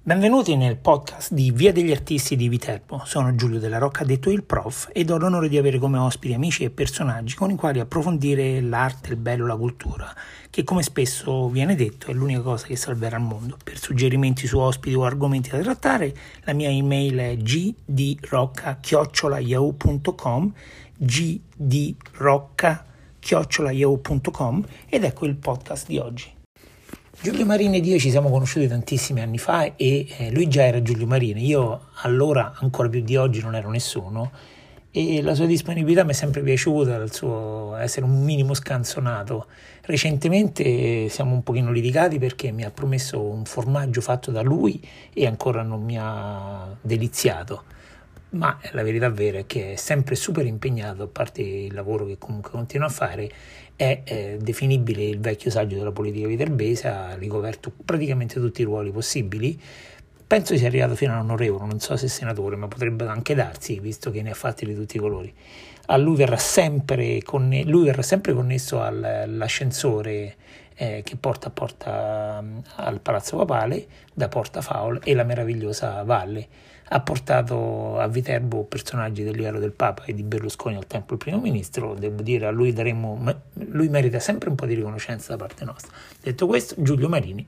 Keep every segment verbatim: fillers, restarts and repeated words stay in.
Benvenuti nel podcast di Via degli Artisti di Viterbo. Sono Giulio Della Rocca, detto il prof, ed ho l'onore di avere come ospiti amici e personaggi con i quali approfondire l'arte, il bello, la cultura, che come spesso viene detto è l'unica cosa che salverà il mondo. Per suggerimenti su ospiti o argomenti da trattare, la mia email è gdrocca chiocciola yahoo punto com, gdrocca chiocciola yahoo punto com, ed ecco il podcast di oggi. Giulio Marini ed io ci siamo conosciuti tantissimi anni fa e eh, lui già era Giulio Marini, io allora ancora più di oggi non ero nessuno e la sua disponibilità mi è sempre piaciuta, il suo essere un minimo scanzonato. Recentemente eh, siamo un pochino litigati perché mi ha promesso un formaggio fatto da lui e ancora non mi ha deliziato, ma la verità vera è che è sempre super impegnato, a parte il lavoro che comunque continua a fare. È eh, definibile il vecchio saggio della politica viterbese, ha ricoperto praticamente tutti i ruoli possibili. Penso sia arrivato fino all'onorevole, non so se senatore, ma potrebbe anche darsi, visto che ne ha fatti di tutti i colori. A lui verrà sempre, conne- lui verrà sempre connesso al, all'ascensore eh, che porta a porta um, al Palazzo Papale, da Porta Faul e la meravigliosa Valle. Ha portato a Viterbo personaggi del livello del Papa e di Berlusconi al tempo il primo ministro. Devo dire, a lui daremo, lui merita sempre un po' di riconoscenza da parte nostra. Detto questo, Giulio Marini.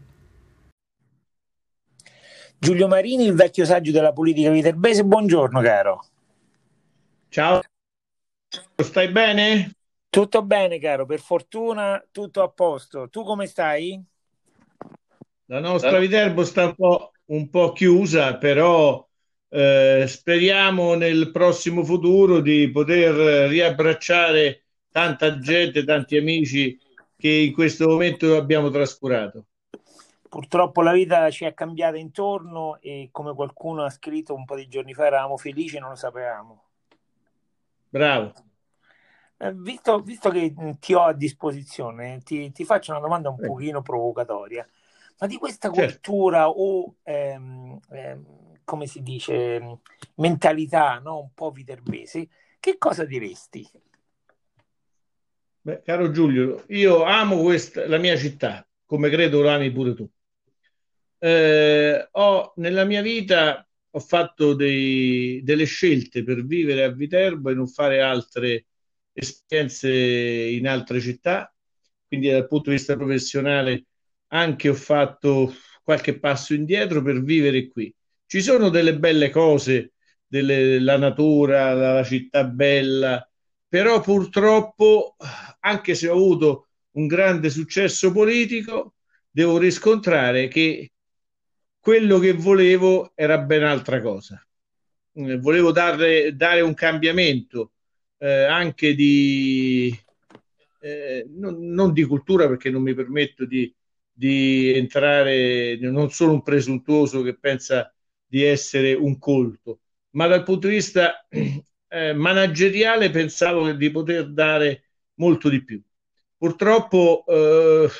Giulio Marini, il vecchio saggio della politica viterbese, buongiorno caro. Ciao, stai bene? Tutto bene caro, per fortuna tutto a posto. Tu come stai? La nostra Viterbo sta un po', un po' chiusa, però eh, speriamo nel prossimo futuro di poter riabbracciare tanta gente, tanti amici che in questo momento abbiamo trascurato. Purtroppo la vita ci è cambiata intorno e, come qualcuno ha scritto un po' di giorni fa, eravamo felici e non lo sapevamo. Bravo. Eh, visto, visto che mh, ti ho a disposizione, ti, ti faccio una domanda un Prego. pochino provocatoria. Ma di questa Certo. cultura o, ehm, ehm, come si dice, mh, mentalità, no? Un po' viterbese, che cosa diresti? Beh, caro Giulio, io amo questa, la mia città, come credo lo ami pure tu. Eh, ho, nella mia vita ho fatto dei- delle scelte per vivere a Viterbo e non fare altre esperienze in altre città, quindi dal punto di vista professionale anche ho fatto qualche passo indietro per vivere qui. Ci sono delle belle cose, delle- la natura, la città bella, però purtroppo, anche se ho avuto un grande successo politico, devo riscontrare che quello che volevo era ben altra cosa. Eh, volevo dare, dare un cambiamento eh, anche di, eh, non, non di cultura, perché non mi permetto di, di entrare, non sono un presuntuoso che pensa di essere un colto, ma dal punto di vista eh, manageriale pensavo di poter dare molto di più. Purtroppo, eh,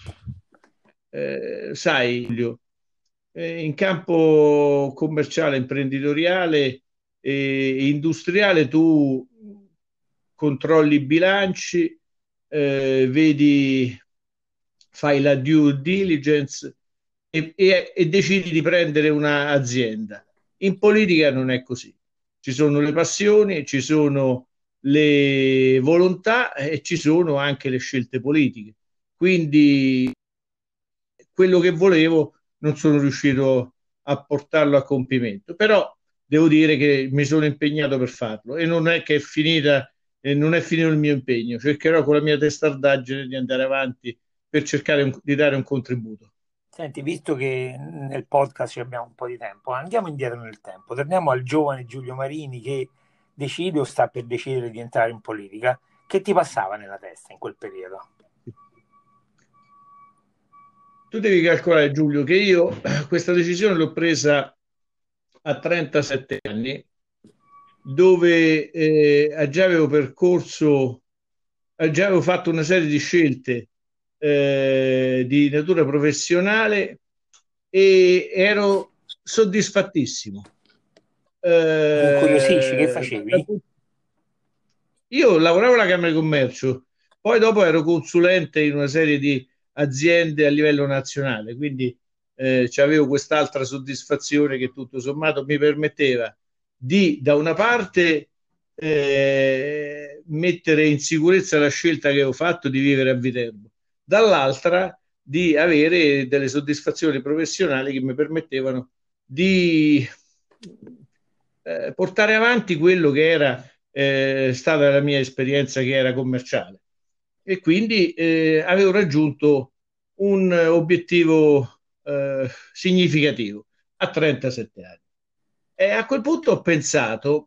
eh, sai, Giulio, eh, in campo commerciale, imprenditoriale e industriale tu controlli i bilanci, eh, vedi, fai la due diligence e, e- e decidi di prendere un'azienda. In politica non è così. Ci sono le passioni, ci sono le volontà e ci sono anche le scelte politiche. Quindi quello che volevo non sono riuscito a portarlo a compimento, però devo dire che mi sono impegnato per farlo e non è che è finita, eh, non è finito il mio impegno, cercherò con la mia testardaggine di andare avanti per cercare un- di dare un contributo. Senti, visto che nel podcast ci abbiamo un po' di tempo, andiamo indietro nel tempo. Torniamo al giovane Giulio Marini che decide o sta per decidere di entrare in politica. Che ti passava nella testa in quel periodo? Tu devi calcolare, Giulio, che io questa decisione l'ho presa a trentasette anni, dove eh, già avevo percorso, eh, già avevo fatto una serie di scelte eh, di natura professionale e ero soddisfattissimo. Mi incuriosisci, che Eh, facevi? io lavoravo alla Camera di Commercio, poi dopo ero consulente in una serie di aziende a livello nazionale, quindi eh, avevo quest'altra soddisfazione che tutto sommato mi permetteva di, da una parte, eh, mettere in sicurezza la scelta che ho fatto di vivere a Viterbo, dall'altra di avere delle soddisfazioni professionali che mi permettevano di eh, portare avanti quello che era eh, stata la mia esperienza, che era commerciale. E quindi eh, avevo raggiunto un obiettivo eh, significativo a trentasette anni. E a quel punto ho pensato,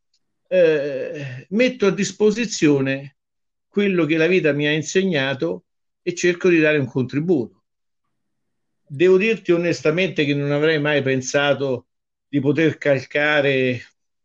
eh, metto a disposizione quello che la vita mi ha insegnato e cerco di dare un contributo. Devo dirti onestamente che non avrei mai pensato di poter calcare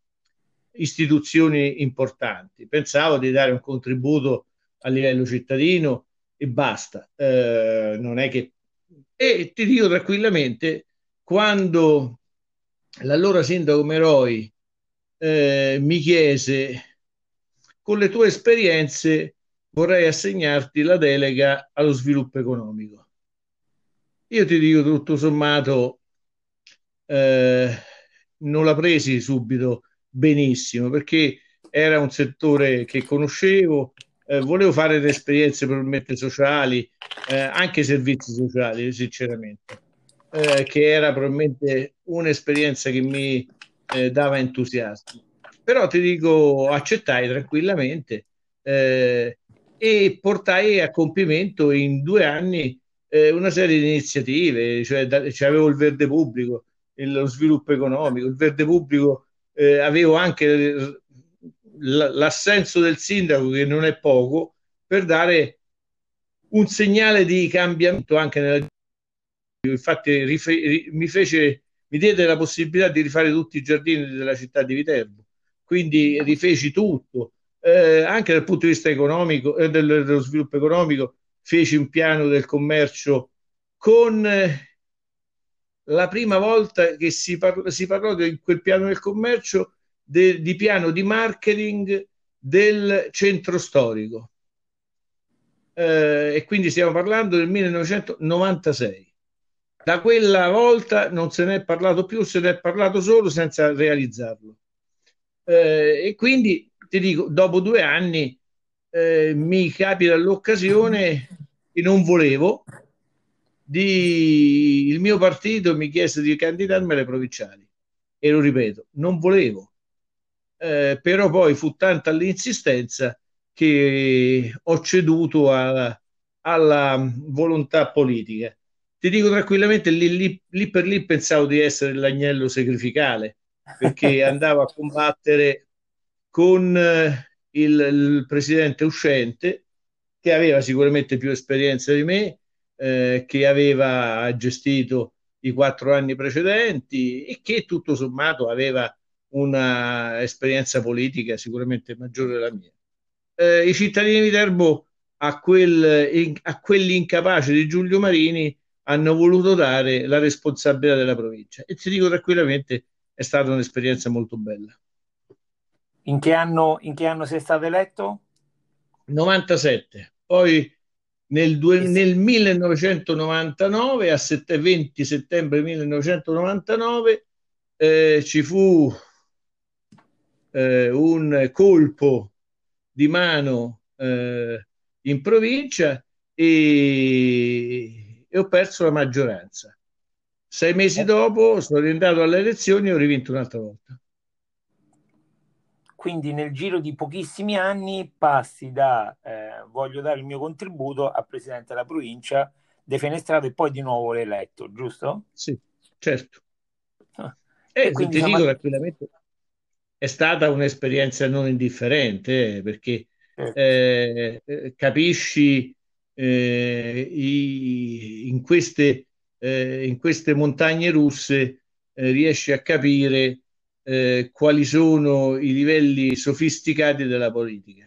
istituzioni importanti. Pensavo di dare un contributo a livello cittadino e basta. Eh, non è che... E ti dico tranquillamente, quando l'allora sindaco Meroi eh, mi chiese: con le tue esperienze vorrei assegnarti la delega allo sviluppo economico. Io ti dico tutto sommato, eh, non la presi subito benissimo, perché era un settore che conoscevo, eh, volevo fare delle esperienze probabilmente sociali, eh, anche servizi sociali, sinceramente, eh, che era probabilmente un'esperienza che mi eh, dava entusiasmo. Però ti dico, accettai tranquillamente eh, e portai a compimento in due anni eh, una serie di iniziative, cioè, da, cioè avevo il verde pubblico, il, lo sviluppo economico, il verde pubblico, eh, avevo anche l'assenso del sindaco, che non è poco, per dare un segnale di cambiamento anche nella... Infatti rife, mi fece, mi diede la possibilità di rifare tutti i giardini della città di Viterbo, quindi rifeci tutto, eh, anche dal punto di vista economico, eh, del, dello sviluppo economico, feci un piano del commercio con eh, la prima volta che si, parla, si parlò di quel piano del commercio, de, di piano di marketing del centro storico. Eh, e quindi stiamo parlando del millenovecentonovantasei. Da quella volta non se ne è parlato più, se ne è parlato solo senza realizzarlo. Eh, e quindi ti dico, dopo due anni eh, mi capita l'occasione che non volevo, di... il mio partito mi chiese di candidarmi alle provinciali e lo ripeto, non volevo. Eh, però poi fu tanta l'insistenza che ho ceduto a, alla volontà politica. Ti dico tranquillamente, lì, lì, lì per lì pensavo di essere l'agnello sacrificale, perché andavo a combattere con eh, il, il presidente uscente, che aveva sicuramente più esperienza di me, eh, che aveva gestito i quattro anni precedenti e che tutto sommato aveva una esperienza politica sicuramente maggiore della mia. Eh, I cittadini di Viterbo a, quel, a quell'incapace di Giulio Marini hanno voluto dare la responsabilità della provincia, e ti dico tranquillamente, è stata un'esperienza molto bella. In che anno, in che anno sei stato eletto? novantasette. Poi nel, due, nel millenovecentonovantanove, a sette, venti settembre millenovecentonovantanove, eh, ci fu eh, un colpo di mano eh, in provincia e, e ho perso la maggioranza. Sei mesi dopo sono rientrato alle elezioni e ho rivinto un'altra volta. Quindi nel giro di pochissimi anni passi da eh, voglio dare il mio contributo a presidente della provincia, defenestrato e poi di nuovo eletto, giusto? Sì, certo. Ah. E, E se quindi ti siamo... dico tranquillamente, è stata un'esperienza non indifferente, eh, perché eh, eh, capisci eh, i, in, queste, eh, in queste montagne russe, eh, riesci a capire eh, quali sono i livelli sofisticati della politica.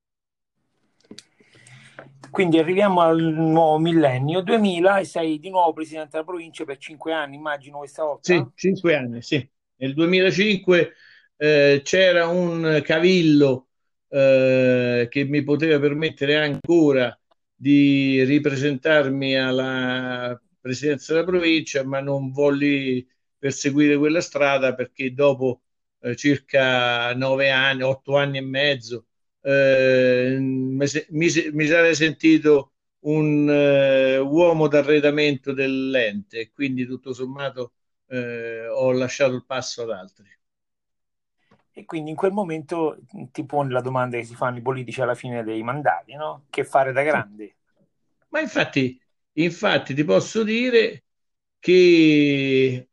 Quindi arriviamo al nuovo millennio duemila e sei di nuovo presidente della provincia per cinque anni, immagino questa volta? Sì, cinque anni, sì. Nel duemilacinque eh, c'era un cavillo eh, che mi poteva permettere ancora di ripresentarmi alla presidenza della provincia, ma non volli perseguire quella strada perché dopo eh, circa nove anni, otto anni e mezzo, eh, mi, mi, mi sarei sentito un eh, uomo d'arredamento dell'ente e quindi tutto sommato eh, ho lasciato il passo ad altri. E quindi in quel momento ti poni la domanda che si fanno i politici alla fine dei mandati, no? Che fare da grande? Ma infatti, infatti ti posso dire che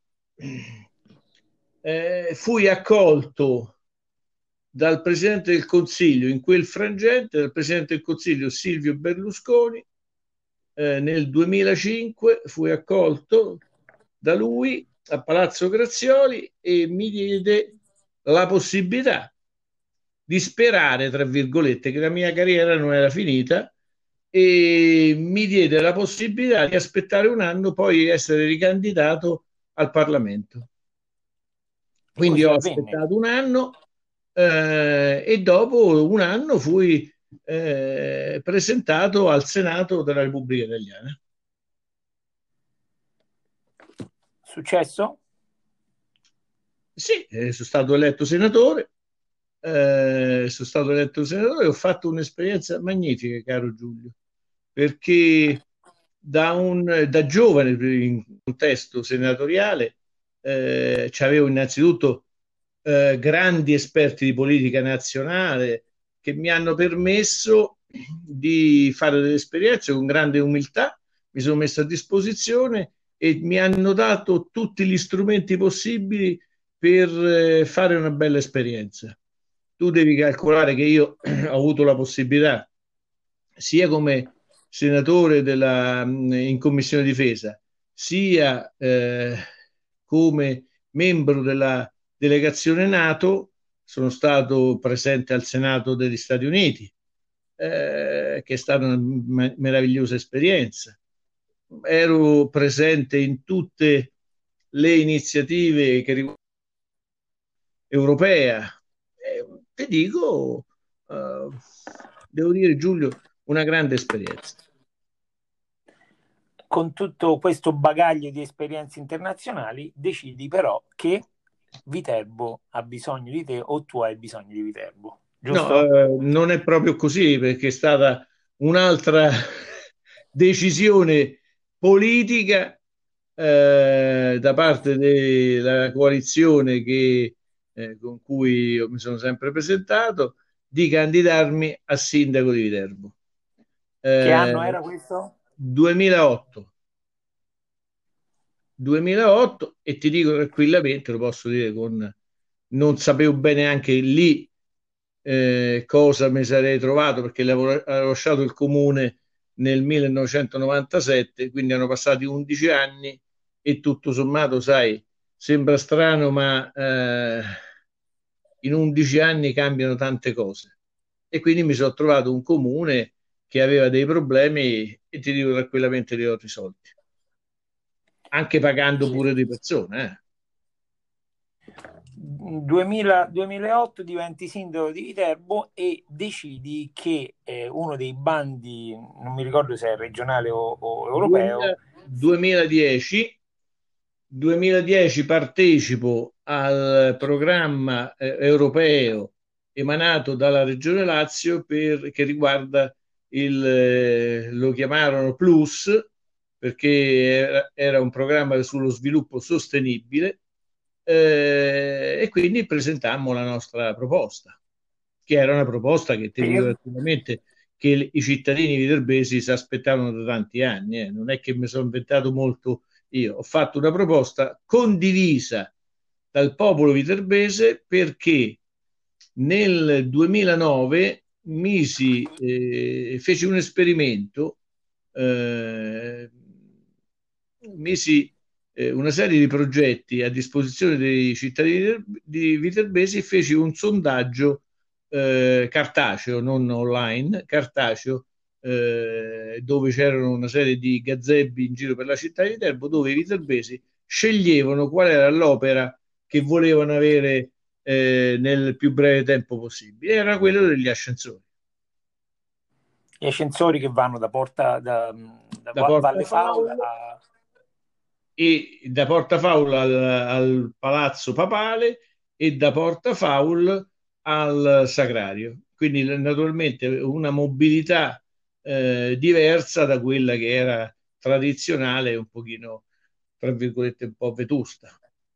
eh, fui accolto dal Presidente del Consiglio in quel frangente, dal Presidente del Consiglio Silvio Berlusconi, eh, nel duemilacinque fui accolto da lui a Palazzo Grazioli e mi diede la possibilità di sperare, tra virgolette, che la mia carriera non era finita e mi diede la possibilità di aspettare un anno, poi essere ricandidato al Parlamento. E Quindi così ho avvenne. aspettato un anno eh, e dopo un anno fui eh, presentato al Senato della Repubblica Italiana. Successo? Sì, eh, sono stato eletto senatore, eh, sono stato eletto senatore e ho fatto un'esperienza magnifica, caro Giulio, perché da, un, da giovane in contesto senatoriale eh, avevo innanzitutto eh, grandi esperti di politica nazionale che mi hanno permesso di fare delle esperienze con grande umiltà, mi sono messo a disposizione e mi hanno dato tutti gli strumenti possibili per eh, fare una bella esperienza. Tu devi calcolare che io ho avuto la possibilità, sia come senatore della, in Commissione Difesa, sia eh, come membro della delegazione NATO, sono stato presente al Senato degli Stati Uniti, eh, che è stata una me- meravigliosa esperienza. Ero presente in tutte le iniziative che riguardano europea. Eh, ti dico, eh, devo dire Giulio, una grande esperienza. Con tutto questo bagaglio di esperienze internazionali, decidi però che Viterbo ha bisogno di te o tu hai bisogno di Viterbo, No, giusto? eh, non è proprio così perché è stata un'altra decisione politica eh, da parte della coalizione che, eh, con cui io mi sono sempre presentato di candidarmi a sindaco di Viterbo. Che anno Eh, era questo? duemilaotto. duemilaotto e ti dico tranquillamente, lo posso dire con... non sapevo bene anche lì eh, cosa mi sarei trovato perché avevo lasciato il comune nel millenovecentonovantasette, quindi hanno passati undici anni e tutto sommato, sai, sembra strano, ma eh, in undici anni cambiano tante cose. E quindi mi sono trovato un comune che aveva dei problemi e ti dico tranquillamente li ho risolti, anche pagando pure di persone. Eh. duemila duemilaotto diventi sindaco di Viterbo e decidi che eh, uno dei bandi, non mi ricordo se è regionale o, o europeo, duemila duemiladieci duemiladieci partecipo al programma eh, europeo emanato dalla Regione Lazio per, che riguarda il, eh, lo chiamarono Plus, perché era, era un programma sullo sviluppo sostenibile eh, e quindi presentammo la nostra proposta, che era una proposta che ti dico per, attivamente che i cittadini viterbesi si aspettavano da tanti anni, eh. Non è che mi sono inventato molto io, ho fatto una proposta condivisa dal popolo viterbese perché nel duemilanove misi, eh, feci un esperimento, eh, misi eh, una serie di progetti a disposizione dei cittadini di viterbesi e feci un sondaggio eh, cartaceo, non online, cartaceo, eh, dove c'erano una serie di gazebi in giro per la città di Viterbo, dove i viterbesi sceglievano qual era l'opera che volevano avere eh, nel più breve tempo possibile. Era quello degli ascensori. gli ascensori che vanno da Porta da, da Da Porta Valle Faul Faul a e da Portafaul al, al Palazzo Papale e da Portafaul al Sacrario. Quindi naturalmente una mobilità eh, diversa da quella che era tradizionale, un pochino, tra virgolette, un po' vetusta.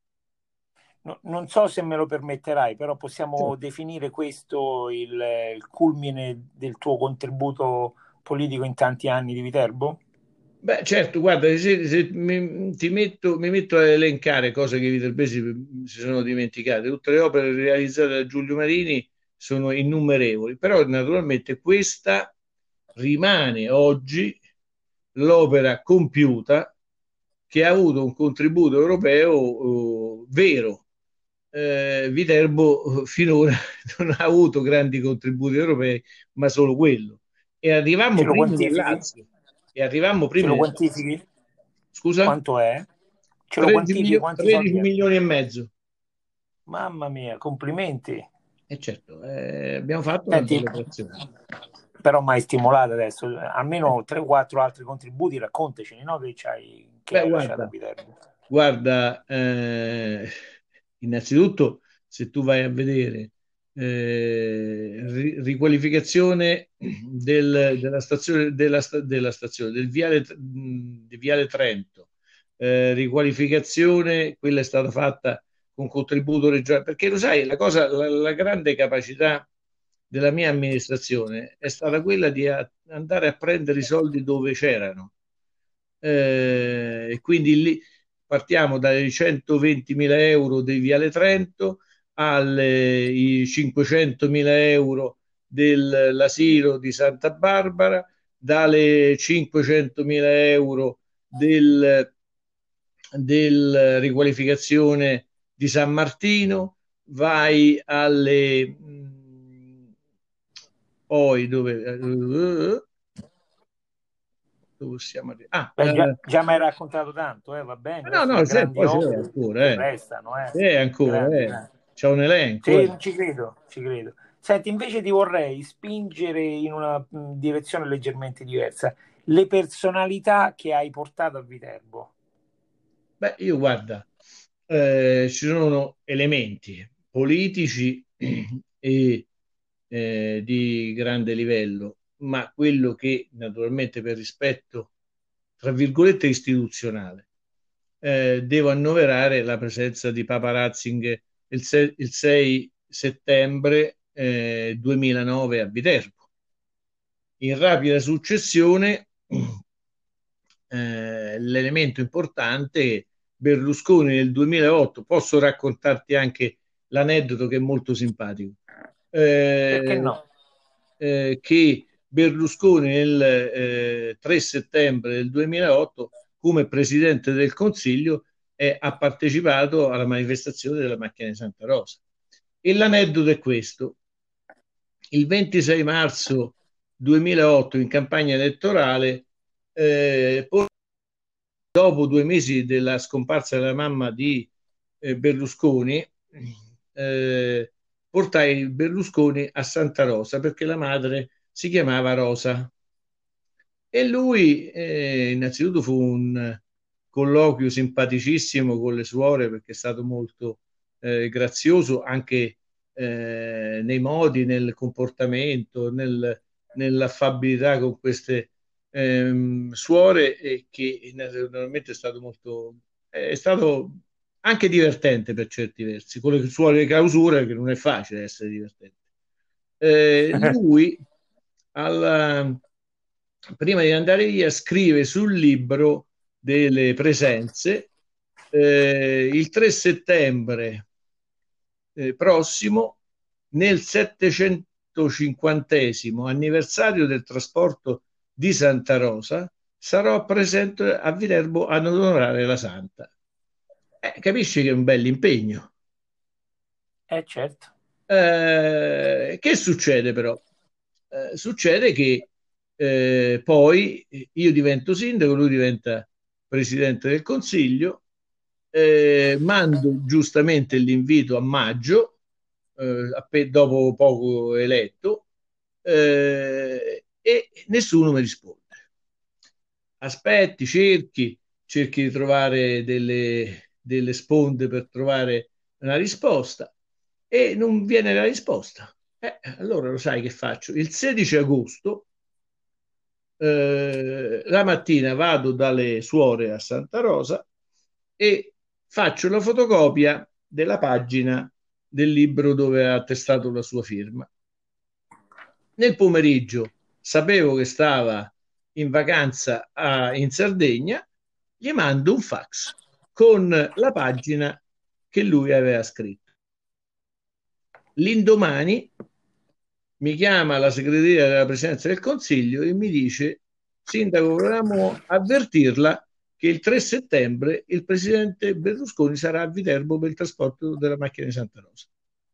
No- non so se me lo permetterai, però possiamo Certo. definire questo il, il culmine del tuo contributo politico in tanti anni di Viterbo? Beh, certo, guarda, se, se mi, ti metto, mi metto a elencare cose che i viterbesi si sono dimenticate. Tutte le opere realizzate da Giulio Marini sono innumerevoli, però naturalmente questa rimane oggi l'opera compiuta che ha avuto un contributo europeo eh, vero. Eh, Viterbo eh, finora non ha avuto grandi contributi europei, ma solo quello. E arrivammo Ce lo primi del quantifichi? Lazio. E arrivammo Ce primi lo del Lazio. quantifichi? Scusa? Quanto è? Ce lo tredici, quantifichi? milio- Quanti tredici soldi è? milioni e mezzo. Mamma mia, complimenti. E certo, eh, abbiamo fatto una Senti, bella operazione. però mai stimolato adesso, almeno tre o quattro altri contributi, raccontaceli, no? Che, c'hai, che Beh, hai lasciato a guarda, Viterbo. guarda, eh, innanzitutto, se tu vai a vedere eh, ri- riqualificazione del- della stazione, della, sta- della stazione del viale, mh, di Viale Trento, eh, riqualificazione, quella è stata fatta con contributo regionale, perché lo sai, la cosa, la, la grande capacità della mia amministrazione è stata quella di a- andare a prendere i soldi dove c'erano. Eh, e quindi lì partiamo dai centoventimila euro di Viale Trento ai cinquecentomila euro dell'asilo di Santa Barbara, dalle cinquecentomila euro del, del riqualificazione di San Martino, vai alle mh, poi dove, eh, dove siamo arrivati? Ah, Beh, già, eh, già mi hai raccontato tanto, eh, va bene, no, queste no, sono c'è, grandi poi c'è opere ancora, che eh. restano, eh. C'è ancora, Grandi, eh. grandi. C'è un elenco, Sì, eh. ci credo, ci credo. Senti, invece ti vorrei spingere in una mh, direzione leggermente diversa. Le personalità che hai portato a Viterbo. Beh, io guarda, eh, ci sono elementi politici e eh, di grande livello, ma quello che naturalmente per rispetto, tra virgolette, istituzionale, eh, devo annoverare la presenza di Papa Ratzinger il, se- il sei settembre eh, duemilanove a Viterbo. In rapida successione, eh, l'elemento importante, Berlusconi nel duemilaotto, posso raccontarti anche l'aneddoto che è molto simpatico, Perché eh, no? eh, che Berlusconi nel eh, tre settembre del duemilaotto, come Presidente del Consiglio, è- ha partecipato alla manifestazione della macchina di Santa Rosa. E l'aneddoto è questo. Il ventisei marzo duemilaotto, in campagna elettorale, eh, dopo due mesi della scomparsa della mamma di eh, Berlusconi, eh, portai Berlusconi a Santa Rosa perché la madre si chiamava Rosa. E lui, eh, innanzitutto, fu un colloquio simpaticissimo con le suore perché è stato molto eh, grazioso anche eh, nei modi, nel comportamento, nel- nell'affabilità con queste ehm, suore e che naturalmente è stato molto, è stato anche divertente per certi versi, con le suore di clausura che non è facile essere divertente. Eh, lui alla- prima di andare via scrive sul libro delle presenze eh, il tre settembre eh, prossimo, nel settecentocinquantesimo anniversario del trasporto di Santa Rosa, sarò presente a Viterbo ad onorare la Santa. Eh, capisci che è un bel impegno. Eh, certo. Eh, che succede però? Eh, succede che eh, poi io divento sindaco, lui diventa presidente del Consiglio, eh, mando giustamente l'invito a maggio, eh, appe- dopo poco eletto, eh, e nessuno mi risponde. Aspetti, cerchi, cerchi di trovare delle, delle sponde per trovare una risposta e non viene la risposta. Eh, allora lo sai che faccio? Il sedici agosto, eh, la mattina vado dalle suore a Santa Rosa e faccio la fotocopia della pagina del libro dove ha attestato la sua firma. Nel pomeriggio sapevo che stava in vacanza a, in Sardegna, gli mando un fax con la pagina che lui aveva scritto. L'indomani mi chiama la segreteria della Presidenza del Consiglio e mi dice: Sindaco, volevamo avvertirla che il tre settembre il presidente Berlusconi sarà a Viterbo per il trasporto della macchina di Santa Rosa.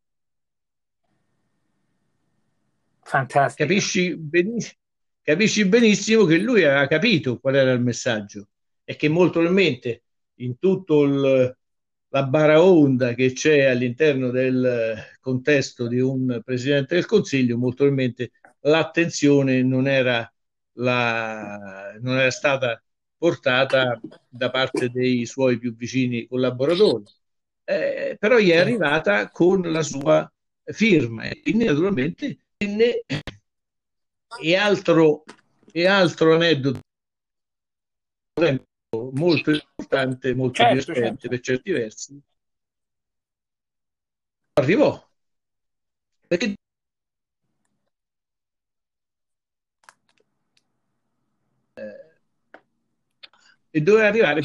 Fantastico. Capisci benissimo, capisci benissimo che lui aveva capito qual era il messaggio e che molto probabilmente in tutto il, la baraonda che c'è all'interno del contesto di un Presidente del Consiglio, molto probabilmente l'attenzione non era, la, non era stata portata da parte dei suoi più vicini collaboratori. Eh, però gli è arrivata con la sua firma e quindi naturalmente e altro, e altro aneddoto molto importante, molto certo, divertente certo. per certi versi, arrivò perché eh, e doveva arrivare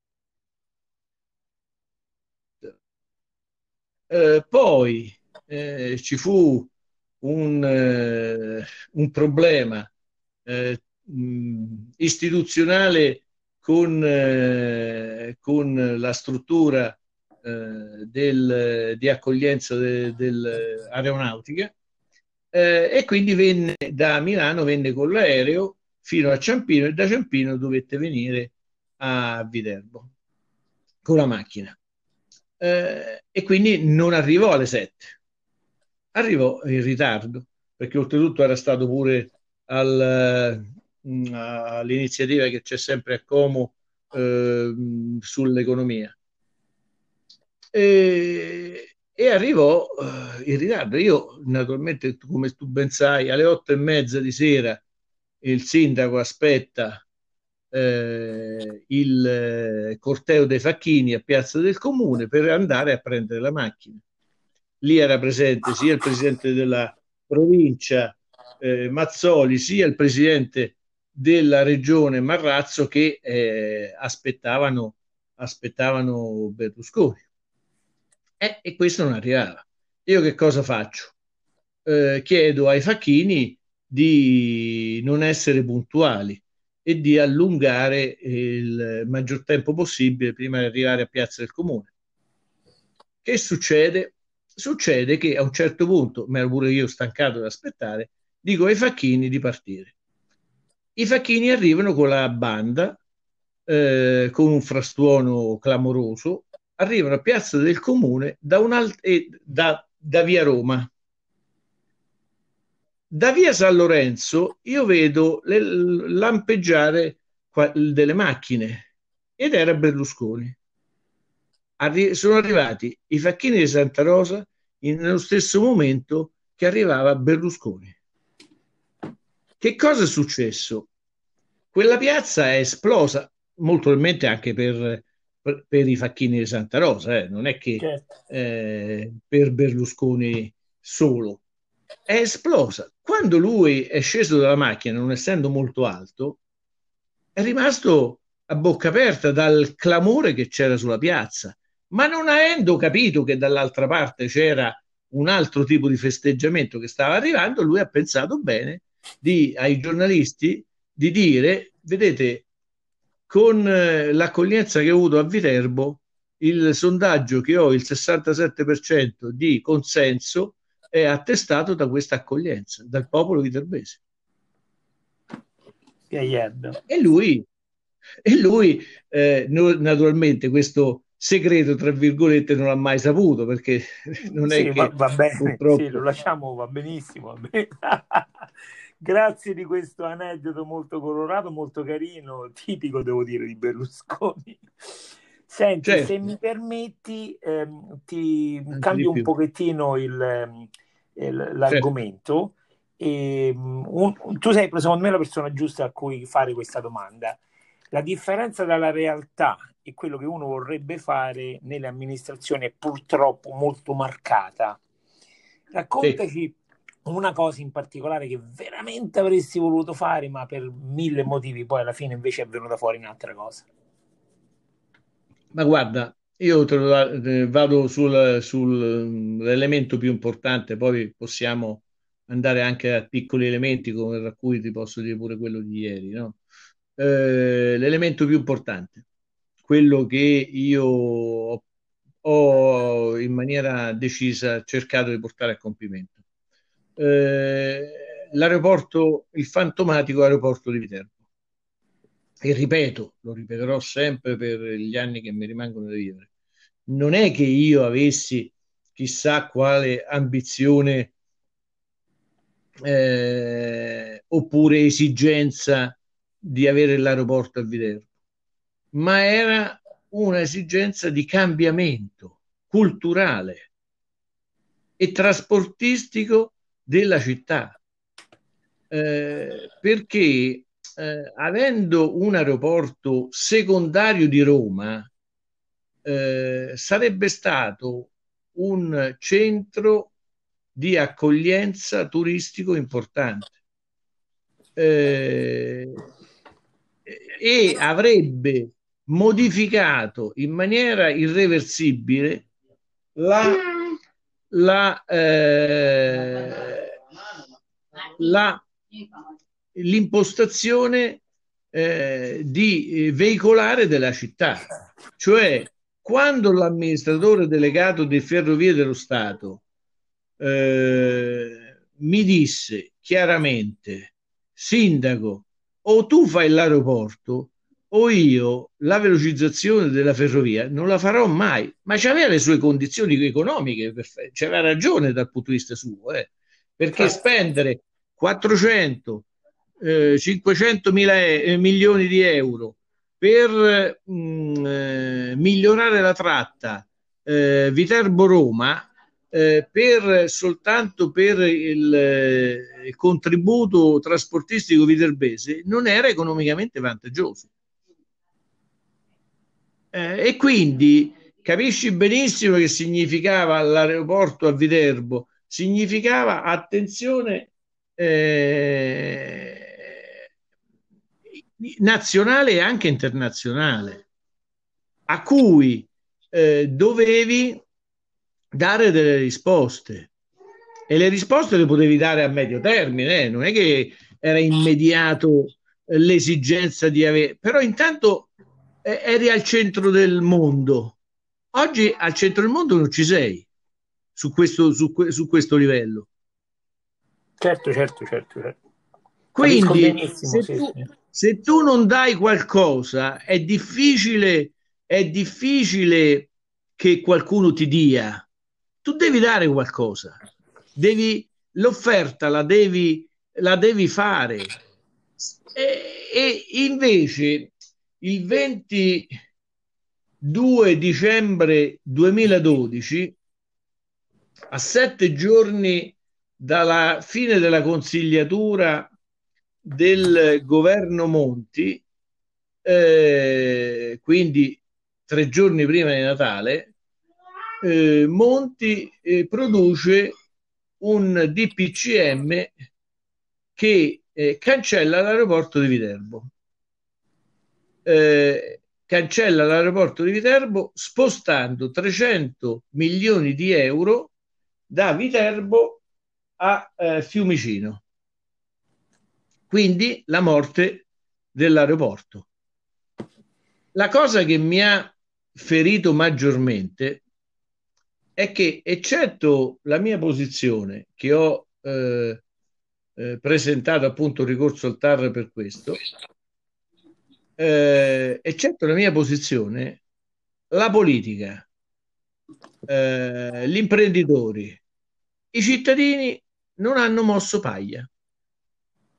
eh, poi eh, ci fu un, eh, un problema eh, mh, istituzionale con, eh, con la struttura eh, del, di accoglienza dell'aeronautica eh, e quindi venne da Milano, venne con l'aereo fino a Ciampino e da Ciampino dovette venire a Viterbo con la macchina. Eh, e quindi non arrivò alle sette, arrivò in ritardo perché oltretutto era stato pure al, mh, all'iniziativa che c'è sempre a Como eh, sull'economia e, e arrivò eh, in ritardo. Io naturalmente, come tu ben sai, alle otto e mezza di sera il sindaco aspetta eh, il eh, corteo dei facchini a Piazza del Comune per andare a prendere la macchina. Lì era presente sia il presidente della provincia eh, Mazzoli, sia il presidente della regione Marrazzo che eh, aspettavano, aspettavano Berlusconi. Eh, e questo non arrivava. Io che cosa faccio? Eh, chiedo ai facchini di non essere puntuali e di allungare il maggior tempo possibile prima di arrivare a Piazza del Comune. Che succede? Succede che a un certo punto, mi ero pure io stancato di aspettare, dico ai facchini di partire. I facchini arrivano con la banda, eh, con un frastuono clamoroso, arrivano a Piazza del Comune da, un alt- eh, da, da via Roma. Da via San Lorenzo io vedo le, lampeggiare qua, delle macchine ed era Berlusconi. Arri- sono arrivati i facchini di Santa Rosa in, nello stesso momento che arrivava Berlusconi. Che cosa è successo? Quella piazza è esplosa, molto probabilmente anche per, per, per i facchini di Santa Rosa, eh. Non è che Certo. eh, per Berlusconi solo. È esplosa. Quando lui è sceso dalla macchina, non essendo molto alto, è rimasto a bocca aperta dal clamore che c'era sulla piazza, ma non avendo capito che dall'altra parte c'era un altro tipo di festeggiamento che stava arrivando, lui ha pensato bene di, ai giornalisti di dire: vedete, con eh, l'accoglienza che ho avuto a Viterbo, il sondaggio che ho il sessantasette per cento di consenso è attestato da questa accoglienza, dal popolo viterbese. E lui, e lui eh, no, naturalmente questo segreto, tra virgolette, non l'ha mai saputo, perché non è sì, che va, va bene, purtroppo... sì, lo lasciamo, va benissimo. Va bene. Grazie di questo aneddoto molto colorato, molto carino, tipico, devo dire, di Berlusconi. Senti, se Certo, mi permetti, ehm, ti anche di cambio un più. pochettino il, ehm, il- Certo. l'argomento. E, mm, un- tu sei, secondo me, la persona giusta a cui fare questa domanda. La differenza dalla realtà e quello che uno vorrebbe fare nelle amministrazioni è purtroppo molto marcata. Sì. Raccontaci una cosa in particolare che veramente avresti voluto fare, ma per mille motivi poi alla fine invece è venuta fuori un'altra cosa. Ma guarda, io te lo- eh, vado sul- sull'elemento più importante, poi possiamo andare anche a piccoli elementi, come tra cui ti posso dire pure quello di ieri, no? Eh, l'elemento più importante, quello che io ho, ho in maniera decisa cercato di portare a compimento. Eh, l'aeroporto, il fantomatico aeroporto di Viterbo. E ripeto, lo ripeterò sempre per gli anni che mi rimangono da vivere. Non è che io avessi chissà quale ambizione eh, oppure esigenza di avere l'aeroporto a Viterbo, ma era un'esigenza di cambiamento culturale e trasportistico della città. Eh, perché eh, avendo un aeroporto secondario di Roma, eh, sarebbe stato un centro di accoglienza turistico importante eh, e avrebbe modificato in maniera irreversibile la, la, eh, la- l'impostazione eh, di eh, veicolare della città. Cioè, quando l'amministratore delegato di Ferrovie dello Stato eh, mi disse chiaramente, sindaco, o tu fai l'aeroporto o io la velocizzazione della ferrovia non la farò mai, ma c'aveva le sue condizioni economiche, c'aveva ragione dal punto di vista suo, eh, perché spendere quattrocento, eh, cinquecento mila e- milioni di euro per mh, eh, migliorare la tratta eh, Viterbo-Roma eh, per, soltanto per il, eh, il contributo trasportistico viterbese non era economicamente vantaggioso. Eh, e quindi capisci benissimo che significava l'aeroporto a Viterbo, significava attenzione eh, nazionale e anche internazionale, a cui eh, dovevi dare delle risposte. E le risposte le potevi dare a medio termine, eh? Non è che era immediato eh, l'esigenza di avere, però intanto eh, eri al centro del mondo. Oggi al centro del mondo non ci sei su questo, su, su questo livello. Certo, certo, certo, certo. Capisco Quindi benissimo, se sì, tu, sì. se tu non dai qualcosa, è difficile, è difficile che qualcuno ti dia. Tu devi dare qualcosa, devi, l'offerta la devi, la devi fare. E, e invece il ventidue dicembre duemiladodici, a sette giorni dalla fine della consigliatura del governo Monti, eh, quindi tre giorni prima di Natale, eh, Monti eh, produce un D P C M che eh, cancella l'aeroporto di Viterbo. Eh, cancella l'aeroporto di Viterbo spostando trecento milioni di euro da Viterbo a eh, Fiumicino. Quindi la morte dell'aeroporto. La cosa che mi ha ferito maggiormente è che, eccetto la mia posizione, che ho eh, eh, presentato appunto ricorso al T A R per questo, eh, eccetto la mia posizione, la politica, eh, gli imprenditori, i cittadini non hanno mosso paglia.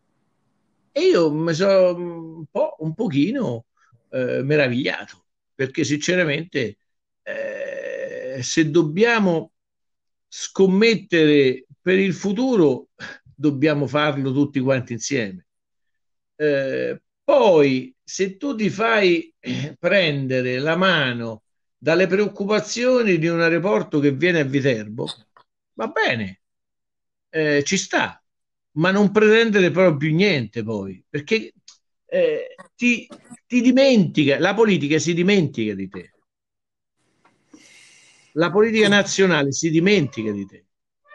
E io mi sono un po', un pochino eh, meravigliato, perché sinceramente eh, se dobbiamo scommettere per il futuro, dobbiamo farlo tutti quanti insieme. Eh, poi, se tu ti fai eh, prendere la mano dalle preoccupazioni di un aeroporto che viene a Viterbo, va bene, eh, ci sta, ma non pretendere proprio più niente poi, perché eh, ti, ti dimentica, la politica si dimentica di te, la politica nazionale si dimentica di te.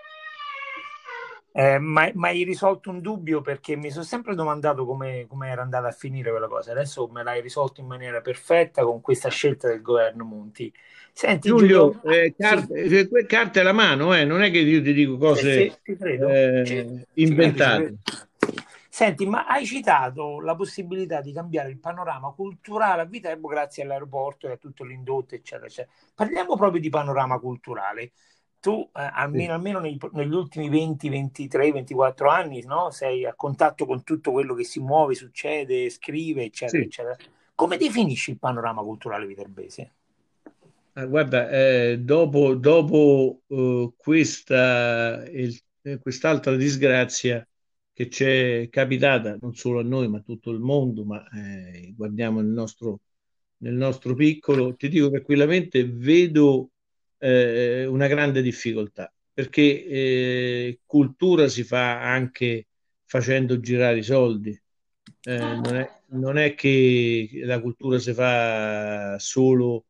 Eh, ma ma hai risolto un dubbio, perché mi sono sempre domandato come come era andata a finire quella cosa. Adesso me l'hai risolto in maniera perfetta con questa scelta del governo Monti. Senti Giulio, Giulio, eh, sì, carte, eh, que- carte alla mano, eh, non è che io ti dico sì, cose sì, ti credo, ci, eh, ci credo, ci credo. inventate. Senti, ma hai citato la possibilità di cambiare il panorama culturale a Viterbo grazie all'aeroporto e a tutto l'indotto, eccetera, eccetera. Parliamo proprio di panorama culturale. Tu, eh, Sì, almeno, almeno nei- negli ultimi venti, ventitré, ventiquattro anni, no? Sei a contatto con tutto quello che si muove, succede, scrive, eccetera, sì. eccetera. Come definisci il panorama culturale viterbese? Ah, guarda, eh, dopo, dopo eh, questa, il- eh, quest'altra disgrazia che ci è capitata, non solo a noi, ma a tutto il mondo, ma eh, guardiamo nel nostro, nel nostro piccolo, ti dico tranquillamente, vedo eh, una grande difficoltà, perché eh, cultura si fa anche facendo girare i soldi. Eh, non è, non è che la cultura si fa solo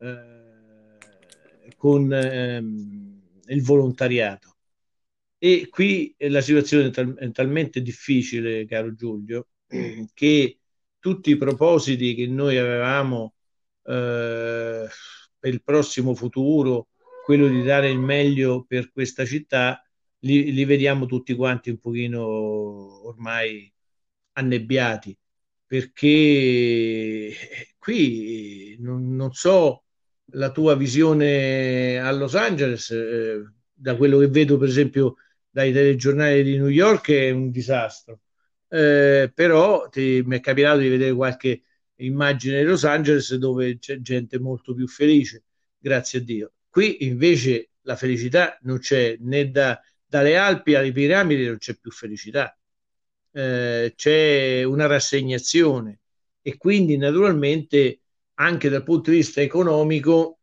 eh, con ehm, il volontariato. E qui la situazione è, tal- è talmente difficile, caro Giulio, che tutti i propositi che noi avevamo eh, per il prossimo futuro, quello di dare il meglio per questa città, li, li vediamo tutti quanti un pochino ormai annebbiati, perché qui non, non so la tua visione a Los Angeles, eh, da quello che vedo per esempio dai telegiornali di New York è un disastro. Eh, però ti- mi è capitato di vedere qualche immagine di Los Angeles dove c'è gente molto più felice, grazie a Dio. Qui invece la felicità non c'è, né da- dalle Alpi alle piramidi non c'è più felicità. Eh, c'è una rassegnazione e quindi naturalmente anche dal punto di vista economico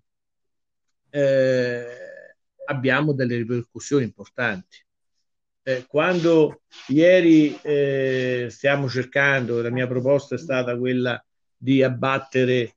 eh, abbiamo delle ripercussioni importanti. Eh, quando ieri eh, stiamo cercando, la mia proposta è stata quella di abbattere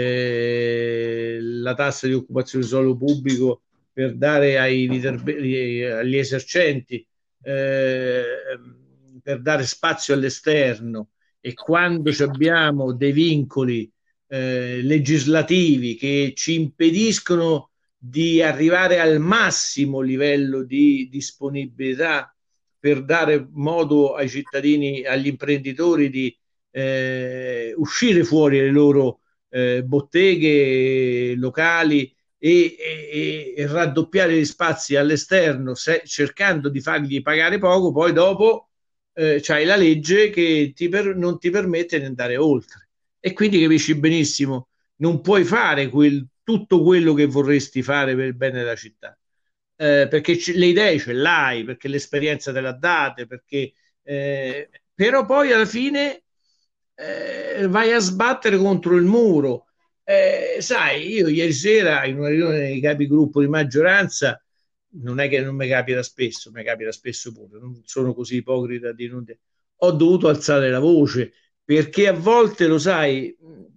eh, la tassa di occupazione di suolo pubblico per dare ai viterbesi, agli esercenti, eh, per dare spazio all'esterno, e quando ci abbiamo dei vincoli eh, legislativi che ci impediscono di arrivare al massimo livello di disponibilità per dare modo ai cittadini, agli imprenditori di eh, uscire fuori le loro eh, botteghe locali e, e, e, raddoppiare gli spazi all'esterno, se, cercando di fargli pagare poco, poi dopo eh, c'hai la legge che ti per, non ti permette di andare oltre. E quindi capisci benissimo, non puoi fare quel, tutto quello che vorresti fare per il bene della città. Eh, perché c- le idee ce l'hai, perché l'esperienza te l'ha date, perché, eh, però poi alla fine eh, vai a sbattere contro il muro. Eh, sai, io ieri sera in una riunione dei capigruppo di maggioranza, non è che non mi capita spesso, mi capita spesso pure, non sono così ipocrita di non... Ho dovuto alzare la voce perché a volte, lo sai,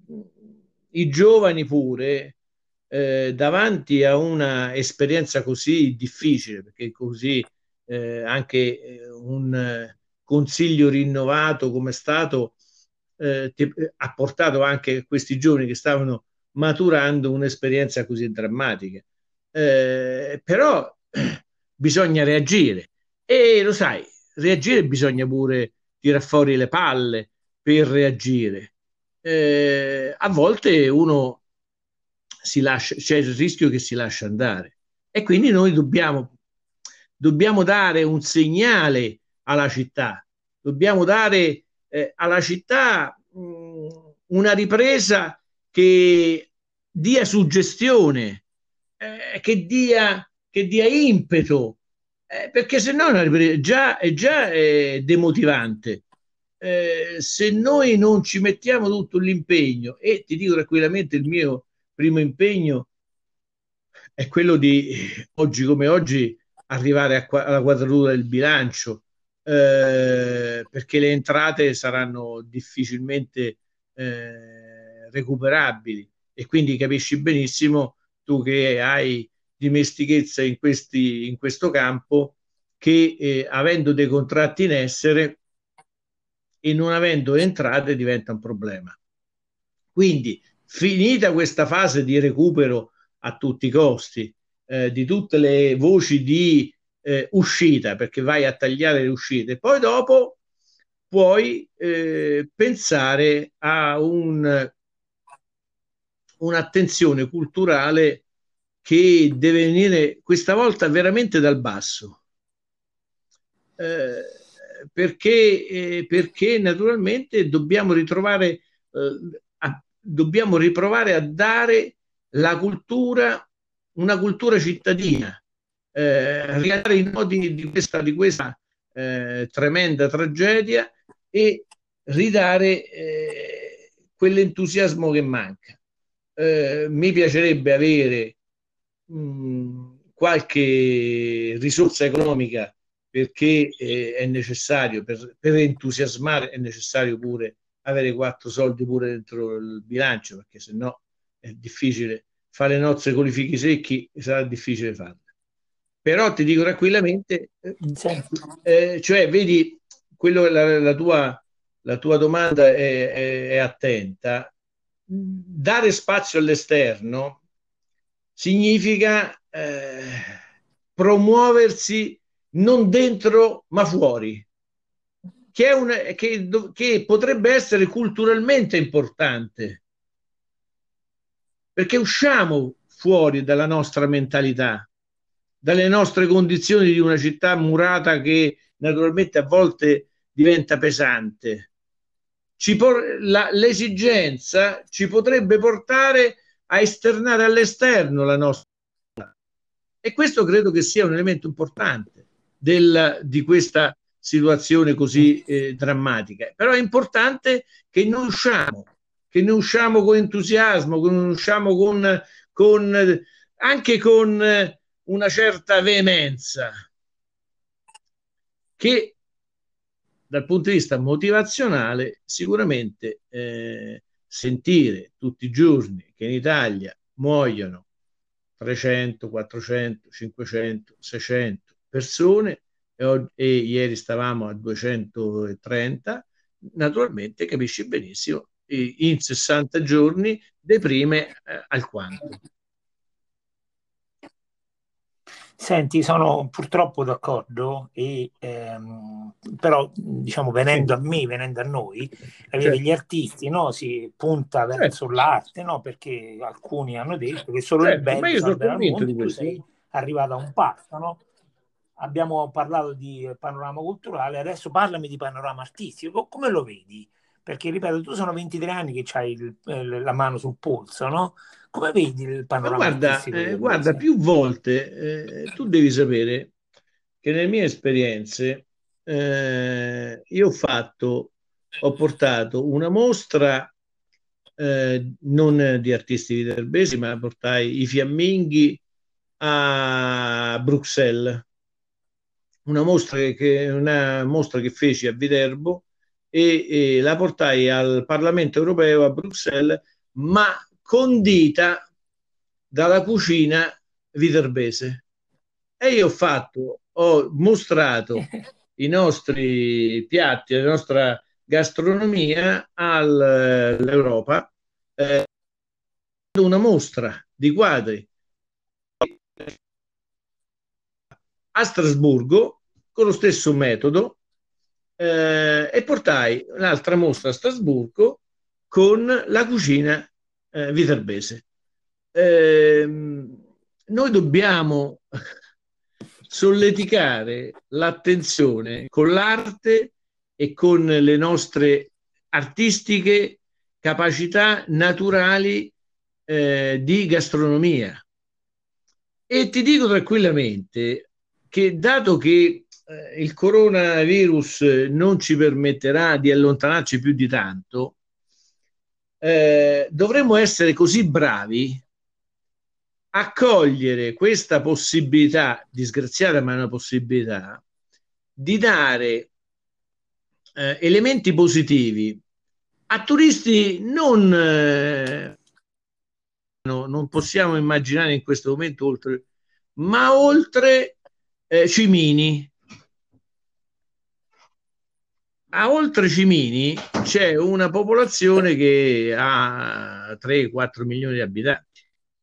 i giovani pure eh, davanti a una esperienza così difficile, perché così eh, anche eh, un eh, consiglio rinnovato come è stato eh, ti- ha portato anche a questi giovani che stavano maturando un'esperienza così drammatica. Eh, però bisogna reagire e lo sai, reagire bisogna pure tirare fuori le palle per reagire. Eh, a volte uno si lascia, c'è il rischio che si lascia andare e quindi noi dobbiamo, dobbiamo dare un segnale alla città dobbiamo dare eh, alla città mh, una ripresa che dia suggestione, eh, che dia, che dia impeto, eh, perché se no è già, è già eh, demotivante. Eh, se noi non ci mettiamo tutto l'impegno, e ti dico tranquillamente il mio primo impegno è quello di oggi come oggi arrivare a, alla quadratura del bilancio, eh, perché le entrate saranno difficilmente eh, recuperabili, e quindi capisci benissimo tu che hai dimestichezza in, questi, in questo campo che eh, avendo dei contratti in essere e non avendo entrate diventa un problema. Quindi, finita questa fase di recupero a tutti i costi eh, di tutte le voci di eh, uscita, perché vai a tagliare le uscite, poi dopo puoi eh, pensare a un, un'attenzione culturale che deve venire questa volta veramente dal basso. Eh, perché, eh, perché naturalmente dobbiamo ritrovare eh, a, dobbiamo riprovare a dare la cultura, una cultura cittadina, eh, riadare i nodi di questa, di questa eh, tremenda tragedia e ridare eh, quell'entusiasmo che manca. Eh, mi piacerebbe avere mh, qualche risorsa economica, perché eh, è necessario, per, per entusiasmare è necessario pure avere quattro soldi pure dentro il bilancio, perché se no è difficile fare nozze con i fichi secchi, sarà difficile farle. Però ti dico tranquillamente, eh, eh, cioè vedi, quello, la, la, tua, la tua domanda è, è, è attenta. Dare spazio all'esterno significa eh, promuoversi non dentro ma fuori, che, è un, che, che potrebbe essere culturalmente importante, perché usciamo fuori dalla nostra mentalità, dalle nostre condizioni di una città murata che naturalmente a volte diventa pesante. Ci por- la, l'esigenza ci potrebbe portare a esternare all'esterno la nostra. E questo credo che sia un elemento importante del, di questa situazione così eh, drammatica. Però è importante che noi usciamo, che ne usciamo con entusiasmo, che ne usciamo con, con, anche con una certa veemenza, che dal punto di vista motivazionale sicuramente eh, sentire tutti i giorni che in Italia muoiono trecento, quattrocento, cinquecento, seicento persone e, e ieri stavamo a duecentotrenta, naturalmente capisci benissimo, in sessanta giorni deprime eh, alquanto. Senti, sono purtroppo d'accordo, e, ehm, però diciamo venendo sì. a me, venendo a noi, la via certo. degli artisti, no, si punta verso certo. l'arte, no, perché alcuni hanno detto che solo certo, il bello salverà al mondo, e tu sei arrivato a un passo, no? Abbiamo parlato di panorama culturale, adesso parlami di panorama artistico, come lo vedi? Perché ripeto, tu sono ventitré anni che hai il, la mano sul polso, no? Come vedi il panorama Ma guarda, artistico? Eh, guarda, più volte eh, tu devi sapere che nelle mie esperienze eh, io ho fatto, ho portato una mostra eh, non di artisti viterbesi, ma portai i fiamminghi a Bruxelles, una mostra che, una mostra che feci a Viterbo e, e la portai al Parlamento europeo a Bruxelles, ma condita dalla cucina viterbese. E io ho fatto, ho mostrato i nostri piatti, la nostra gastronomia all'Europa, eh, una mostra di quadri a Strasburgo con lo stesso metodo, eh, e portai un'altra mostra a Strasburgo con la cucina eh, viterbese. Eh, noi dobbiamo solleticare l'attenzione con l'arte e con le nostre artistiche capacità naturali eh, di gastronomia. E ti dico tranquillamente che dato che eh, il coronavirus non ci permetterà di allontanarci più di tanto, eh, dovremmo essere così bravi a cogliere questa possibilità, disgraziata ma è una possibilità, di dare eh, elementi positivi a turisti non, eh, no, non possiamo immaginare in questo momento oltre, ma oltre eh, Cimini. A oltre Cimini c'è una popolazione che ha tre quattro milioni di abitanti.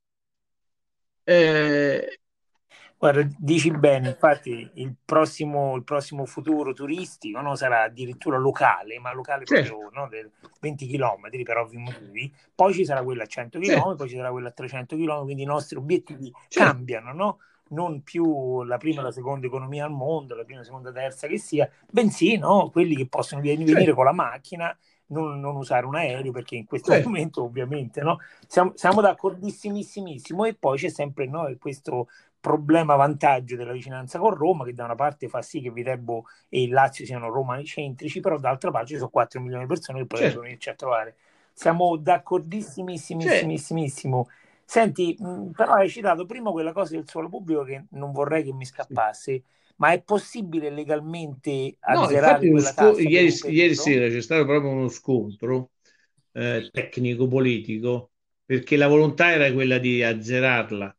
Eh, Guarda, dici bene, infatti il prossimo, il prossimo futuro turistico, no, sarà addirittura locale, ma locale certo, proprio, no, del venti chilometri per ovvi motivi, poi ci sarà quella a cento chilometri, certo, poi ci sarà quella a trecento chilometri, quindi i nostri obiettivi certo, cambiano, no? Non più la prima e la seconda economia al mondo, la prima, la seconda, terza che sia, bensì, no, quelli che possono venire certo, con la macchina, non, non usare un aereo, perché in questo certo. momento ovviamente, no? Siamo, siamo d'accordissimissimissimo, e poi c'è sempre, no, questo problema vantaggio della vicinanza con Roma, che da una parte fa sì che Viterbo e il Lazio siano romanicentrici, però d'altra parte ci sono quattro milioni di persone che potrebbero Certo, venirci a trovare. Siamo certo, d'accordissimissimissimo. Senti, mh, però hai citato prima quella cosa del suolo pubblico che non vorrei che mi sì. scappasse, ma è possibile legalmente No, infatti azzerare lo quella sco- tassa per ieri, un ieri periodo? sera c'è stato proprio uno scontro eh, tecnico-politico perché la volontà era quella di azzerarla.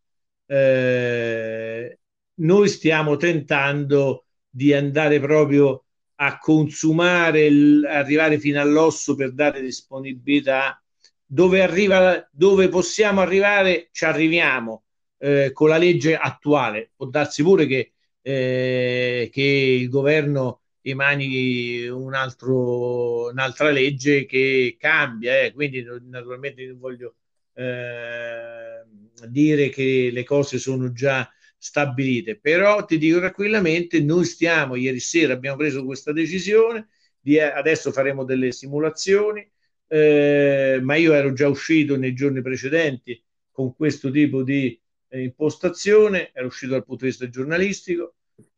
Eh, noi stiamo tentando di andare proprio a consumare, il- arrivare fino all'osso per dare disponibilità. Dove arriva, dove possiamo arrivare, ci arriviamo eh, con la legge attuale. Può darsi pure che, eh, che il governo emani un altro, un'altra legge che cambia, eh. Quindi naturalmente non voglio eh, dire che le cose sono già stabilite, però ti dico tranquillamente, noi stiamo, ieri sera abbiamo preso questa decisione, di, adesso faremo delle simulazioni, eh, ma io ero già uscito nei giorni precedenti con questo tipo di eh, impostazione, ero uscito dal punto di vista giornalistico,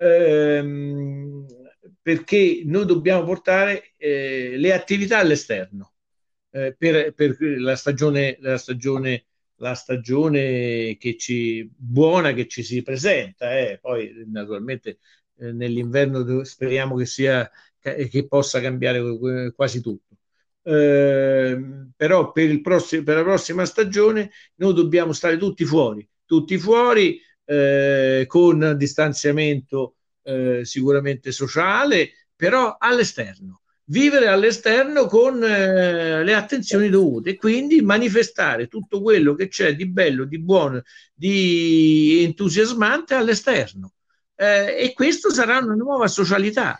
ehm, perché noi dobbiamo portare eh, le attività all'esterno eh, per, per la stagione, la stagione, la stagione che ci, buona che ci si presenta. Eh. Poi naturalmente eh, nell'inverno speriamo che, sia, che possa cambiare quasi tutto. Eh, però per, il prossimo, per la prossima stagione noi dobbiamo stare tutti fuori, tutti fuori eh, con distanziamento eh, sicuramente sociale, però all'esterno vivere all'esterno con eh, le attenzioni dovute e quindi manifestare tutto quello che c'è di bello, di buono, di entusiasmante all'esterno. Eh, e questo sarà una nuova socialità.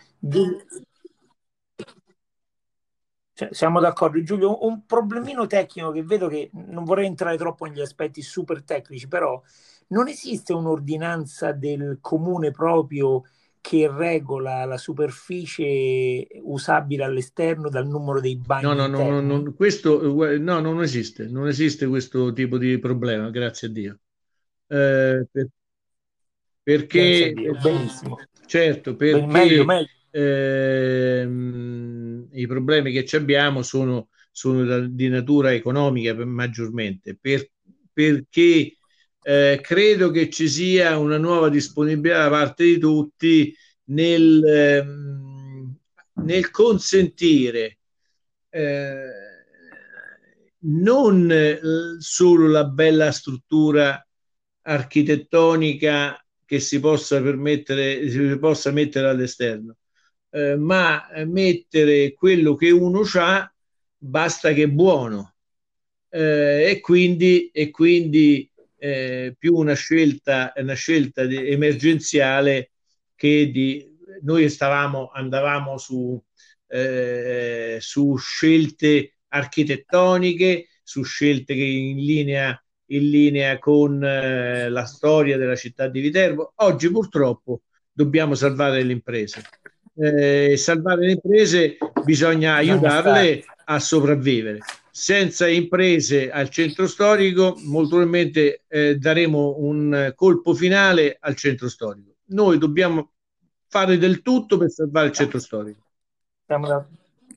Cioè, siamo d'accordo, Giulio. Un problemino tecnico che vedo, che non vorrei entrare troppo negli aspetti super tecnici, però non esiste un'ordinanza del comune proprio che regola la superficie usabile all'esterno dal numero dei No, bagni no, no, no, interni? no, questo no, non esiste, non esiste questo tipo di problema, grazie a Dio. Eh, per- Grazie a perché, Dio, perché benissimo. certo, Ben- meglio, perché meglio. ehm, i problemi che ci abbiamo sono, sono da- di natura economica per- maggiormente, per- perché eh, credo che ci sia una nuova disponibilità da parte di tutti nel, ehm, nel consentire eh, non eh, solo la bella struttura architettonica che si possa permettere, si possa mettere all'esterno, eh, ma mettere quello che uno ha, basta che è buono. Eh, e quindi, e quindi eh, più una scelta, una scelta di- emergenziale che di noi stavamo, andavamo su, eh, su scelte architettoniche, su scelte che in linea, in linea con eh, la storia della città di Viterbo. Oggi purtroppo dobbiamo salvare le imprese. eh, salvare le imprese bisogna Bisogna stare. aiutarle a sopravvivere. Senza imprese al centro storico, molto probabilmente eh, daremo un colpo finale al centro storico. Noi dobbiamo fare del tutto per salvare il centro storico. Siamo da-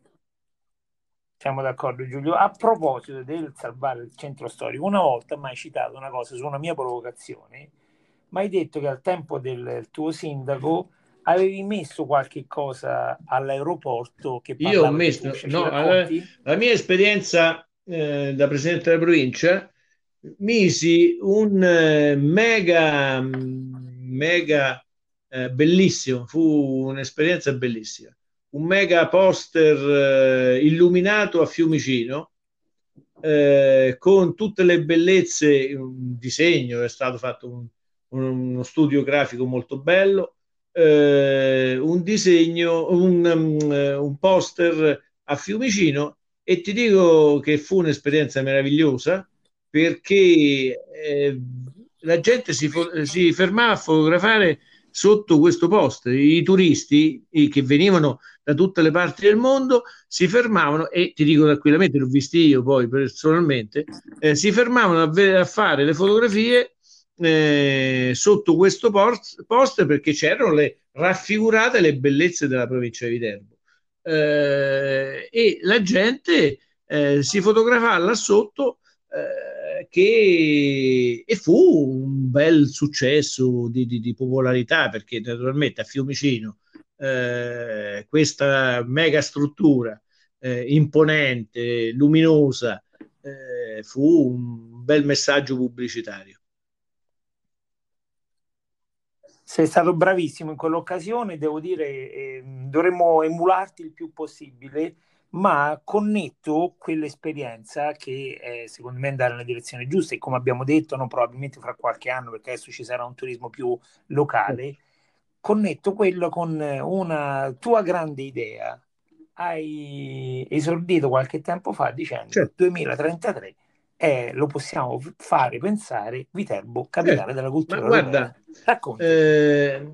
Siamo d'accordo, Giulio. A proposito del salvare il centro storico, una volta mi hai citato una cosa su una mia provocazione. Mi hai detto che al tempo del tuo sindaco avevi messo qualche cosa all'aeroporto che Io ho parlava di messo, Fuscia. Ci no, la, racconti? la mia esperienza eh, da presidente della provincia, misi un eh, mega, mega eh, bellissimo, fu un'esperienza bellissima, un mega poster eh, illuminato a Fiumicino eh, con tutte le bellezze, un disegno, è stato fatto un- uno studio grafico molto bello, eh, un disegno, un, um, eh, un poster a Fiumicino e ti dico che fu un'esperienza meravigliosa perché eh, la gente si, fo- si fermava a fotografare sotto questo poster, i turisti i che venivano da tutte le parti del mondo si fermavano e ti dico tranquillamente, l'ho visti io poi personalmente, eh, si fermavano a, ve- a fare le fotografie eh, sotto questo post, post perché c'erano le raffigurate le bellezze della provincia di Viterbo. Eh, e la gente eh, si fotografava là sotto eh, che, e fu un bel successo di, di, di popolarità perché naturalmente a Fiumicino eh, questa mega struttura eh, imponente, luminosa, eh, fu un bel messaggio pubblicitario. Sei stato bravissimo in quell'occasione, devo dire, eh, dovremmo emularti il più possibile, ma connetto quell'esperienza che eh, secondo me andare nella direzione giusta e come abbiamo detto, no, probabilmente fra qualche anno, perché adesso ci sarà un turismo più locale, connetto quello con una tua grande idea. Hai esordito qualche tempo fa dicendo Certo, duemilatrentatré e lo possiamo fare pensare Viterbo, capitale certo. della Ma cultura europea. guarda, Raccontaci. eh,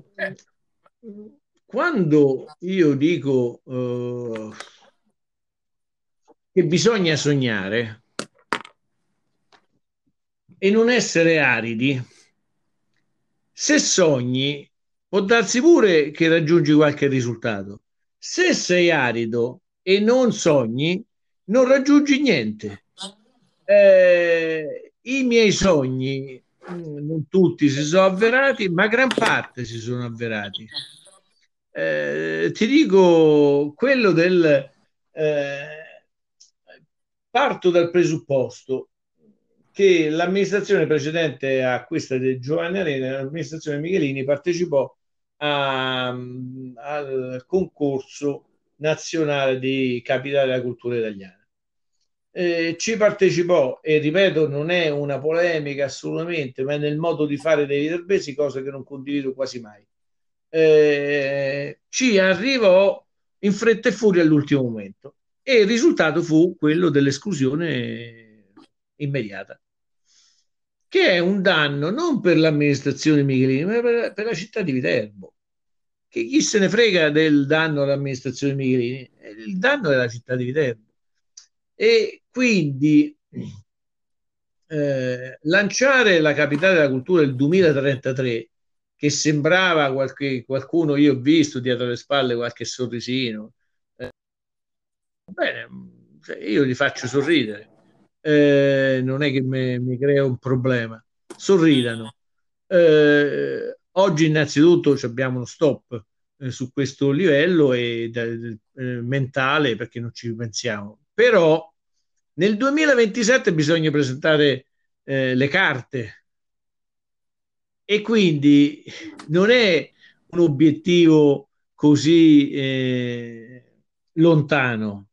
quando io dico eh, che bisogna sognare e non essere aridi, se sogni può darsi pure che raggiungi qualche risultato. Se sei arido e non sogni, non raggiungi niente. Eh, I miei sogni, mh, non tutti si sono avverati, ma gran parte si sono avverati. Eh, ti dico quello del eh, parto dal presupposto che l'amministrazione precedente a questa di Giovanni Arena, l'amministrazione Michelini, partecipò a- al concorso nazionale di capitale della cultura italiana. Eh, ci partecipò e ripeto, non è una polemica assolutamente, ma è nel modo di fare dei viterbesi, cosa che non condivido quasi mai. Eh, ci arrivò in fretta e furia all'ultimo momento e il risultato fu quello dell'esclusione immediata, che è un danno non per l'amministrazione Michelini, ma per, per la città di Viterbo. Che chi se ne frega del danno all'amministrazione Michelini? Il danno è la città di Viterbo. E quindi eh, lanciare la capitale della cultura del duemilatrentatré, che sembrava qualche, qualcuno, io ho visto dietro le spalle qualche sorrisino, eh, bene, cioè, io li faccio sorridere, eh, non è che me- mi crea un problema, sorridano. Eh, oggi innanzitutto abbiamo uno stop eh, su questo livello e, da- eh, mentale perché non ci pensiamo, però nel duemilaventisette bisogna presentare eh, le carte e quindi non è un obiettivo così eh, lontano.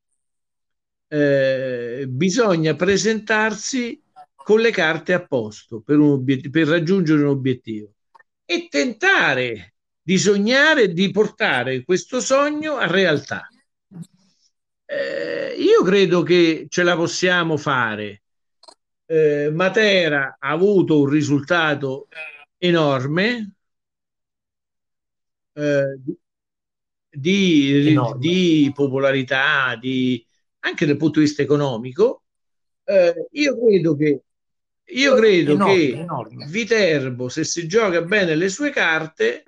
Eh, bisogna presentarsi con le carte a posto per, un obiet- per raggiungere un obiettivo e tentare di sognare di portare questo sogno a realtà. Eh, io credo che ce la possiamo fare. Eh, Matera ha avuto un risultato enorme, eh, di, Enorme. di popolarità, di, anche dal punto di vista economico, eh, io credo che, io credo Enorme, che enorme. Viterbo, se si gioca bene le sue carte,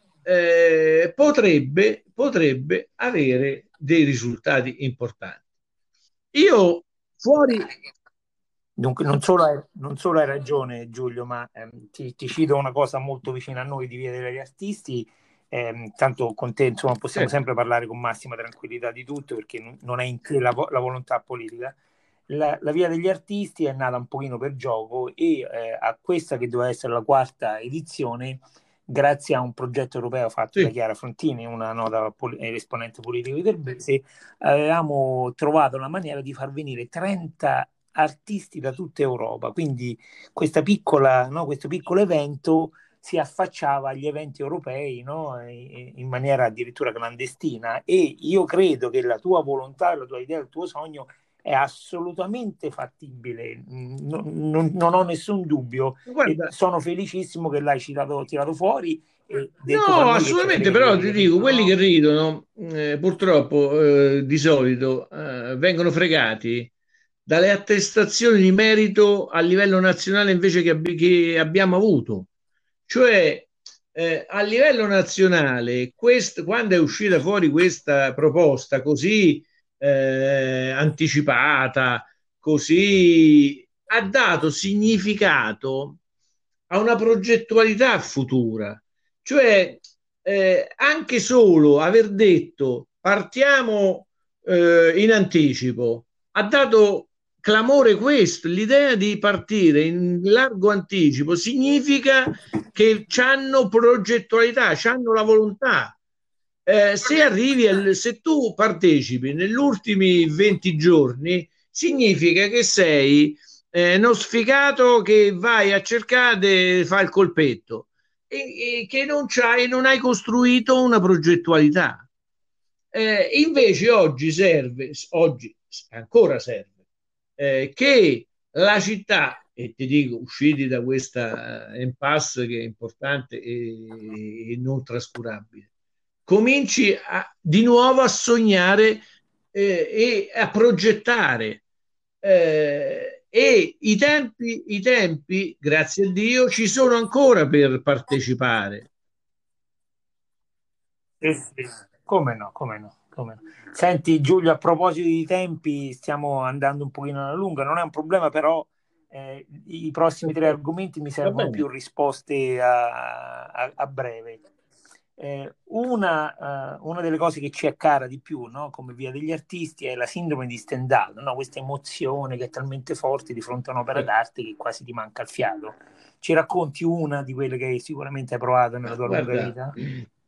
eh, potrebbe, potrebbe avere dei risultati importanti. Io fuori. Dunque, non solo hai, non solo hai ragione Giulio, ma ehm, ti, ti cito una cosa molto vicina a noi di Via degli Artisti. Ehm, tanto con te insomma, possiamo Certo. sempre parlare con massima tranquillità di tutto perché non, non è in te la, vo- la volontà politica. La, la Via degli Artisti è nata un pochino per gioco e eh, a questa che doveva essere la quarta edizione, grazie a un progetto europeo fatto da Sì. Chiara Frontini, una nota pol- eh, esponente politica viterbese, avevamo trovato la maniera di far venire trenta artisti da tutta Europa. Quindi questa piccola, no, questo piccolo evento si affacciava agli eventi europei, no, in maniera addirittura clandestina. E io credo che la tua volontà, la tua idea, il tuo sogno è assolutamente fattibile, non, non, non ho nessun dubbio e Guarda, sono felicissimo che l'hai citato, tirato fuori e detto fra no, noi che ci assolutamente, frega di però quelli ti che dico, ridono, quelli che no? ridono, eh, purtroppo, eh, di solito, eh, vengono fregati dalle attestazioni di merito a livello nazionale invece che, abbi- che abbiamo avuto. Cioè, eh, a livello nazionale, quest- quando è uscita fuori questa proposta così eh, anticipata, così ha dato significato a una progettualità futura. Cioè, eh, anche solo aver detto partiamo eh, in anticipo ha dato clamore questo, l'idea di partire in largo anticipo significa che hanno progettualità, hanno la volontà. Eh, se arrivi, al, se tu partecipi negli ultimi venti giorni, significa che sei eh, uno sfigato che vai a cercare, fa il colpetto e, e che non, c'hai, non hai costruito una progettualità. Eh, invece oggi serve, oggi ancora serve, eh, che la città, e ti dico, usciti da questa eh, impasse che è importante e, e non trascurabile, cominci a, di nuovo a sognare eh, e a progettare. Eh, e i tempi, i tempi, grazie a Dio, ci sono ancora per partecipare. Sì, sì. Come no, come no, come no. Senti Giulio, a proposito di tempi, stiamo andando un pochino alla lunga, non è un problema, però eh, i prossimi tre Perfetto. argomenti mi Va servono bene. più risposte a, a- a breve. Eh, una, eh, una delle cose che ci è cara di più, no, come Via degli Artisti, è la sindrome di Stendhal, no? Questa emozione che è talmente forte di fronte a un'opera Sì. d'arte che quasi ti manca il fiato. Ci racconti una di quelle che sicuramente hai provato nella Ma tua lunga guarda, vita?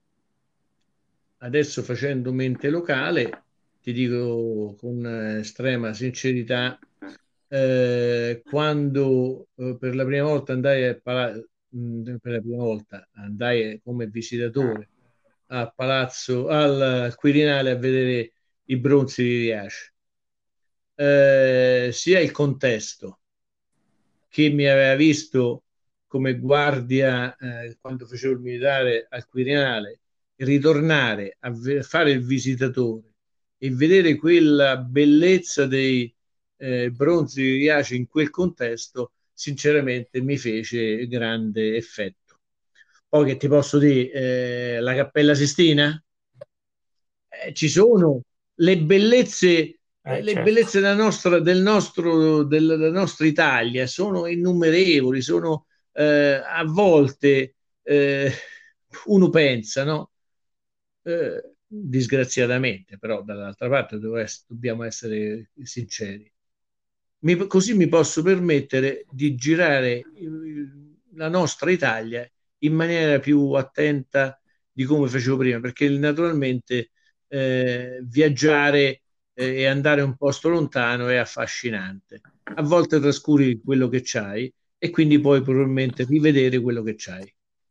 adesso facendo mente locale, ti dico con estrema sincerità, eh, quando eh, per la prima volta andai a Palazzo, per la prima volta andai come visitatore a Palazzo, al Quirinale a vedere i bronzi di Riace, eh, sia il contesto che mi aveva visto come guardia eh, quando facevo il militare al Quirinale, ritornare a ve- fare il visitatore e vedere quella bellezza dei eh, bronzi di Riace in quel contesto, sinceramente mi fece grande effetto. Poi che ti posso dire, eh, la Cappella Sistina? Eh, ci sono le bellezze, eh, Eh, le certo. bellezze della nostra, del nostro, del- della nostra Italia sono innumerevoli, sono eh, a volte eh, uno pensa, no? Eh, disgraziatamente, però dall'altra parte devo ess- dobbiamo essere sinceri. Mi- così mi posso permettere di girare il- la nostra Italia in maniera più attenta di come facevo prima, perché naturalmente eh, viaggiare eh, e andare a un posto lontano è affascinante. A volte trascuri quello che c'hai e quindi puoi probabilmente rivedere quello che c'hai.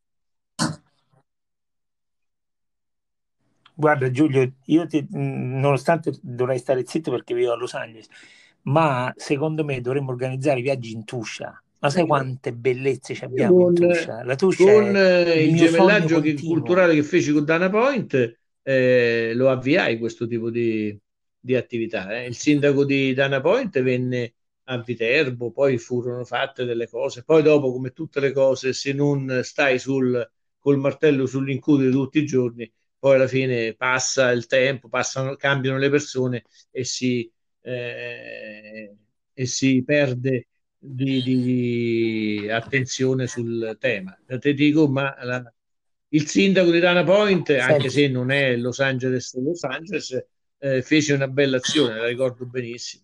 Guarda Giulio, io ti- mh, nonostante dovrei stare zitto perché vivo a Los Angeles, ma secondo me dovremmo organizzare i viaggi in Tuscia. Ma sai Io, quante bellezze ci abbiamo in con, Tuscia? La Tuscia con è eh, il il mio sogno gemellaggio che- continuo. culturale che feci con Dana Point, eh, lo avviai questo tipo di, di attività. eh. Il sindaco di Dana Point venne a Viterbo, poi furono fatte delle cose, poi dopo, come tutte le cose, se non stai sul, col martello sull'incudine tutti i giorni, poi alla fine passa il tempo, passano, cambiano le persone e si, eh, e si perde di, di attenzione sul tema. Te dico, ma la- il sindaco di Dana Point, anche Senti, se non è Los Angeles, Los Angeles, eh, fece una bella azione, la ricordo benissimo.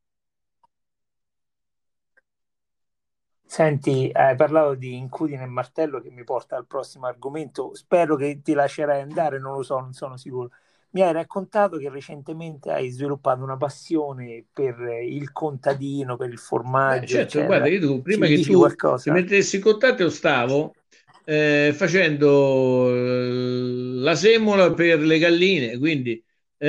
Senti, hai parlato di incudine e martello che mi porta al prossimo argomento. Spero che ti lascerai andare, non lo so, non sono sicuro. Mi hai raccontato che recentemente hai sviluppato una passione per il contadino, per il Beh, formaggio, certo, guarda, eccetera. io Ci prima mi che dici tu ti qualcosa? mettessi in contatto, io stavo eh, facendo eh, la semola per le galline, quindi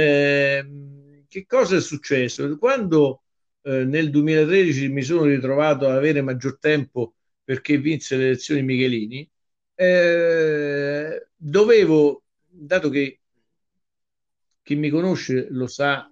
ehm, che cosa è successo? Quando eh, nel duemilatredici mi sono ritrovato ad avere maggior tempo perché vinse le elezioni Michelini, eh, dovevo, dato che chi mi conosce lo sa,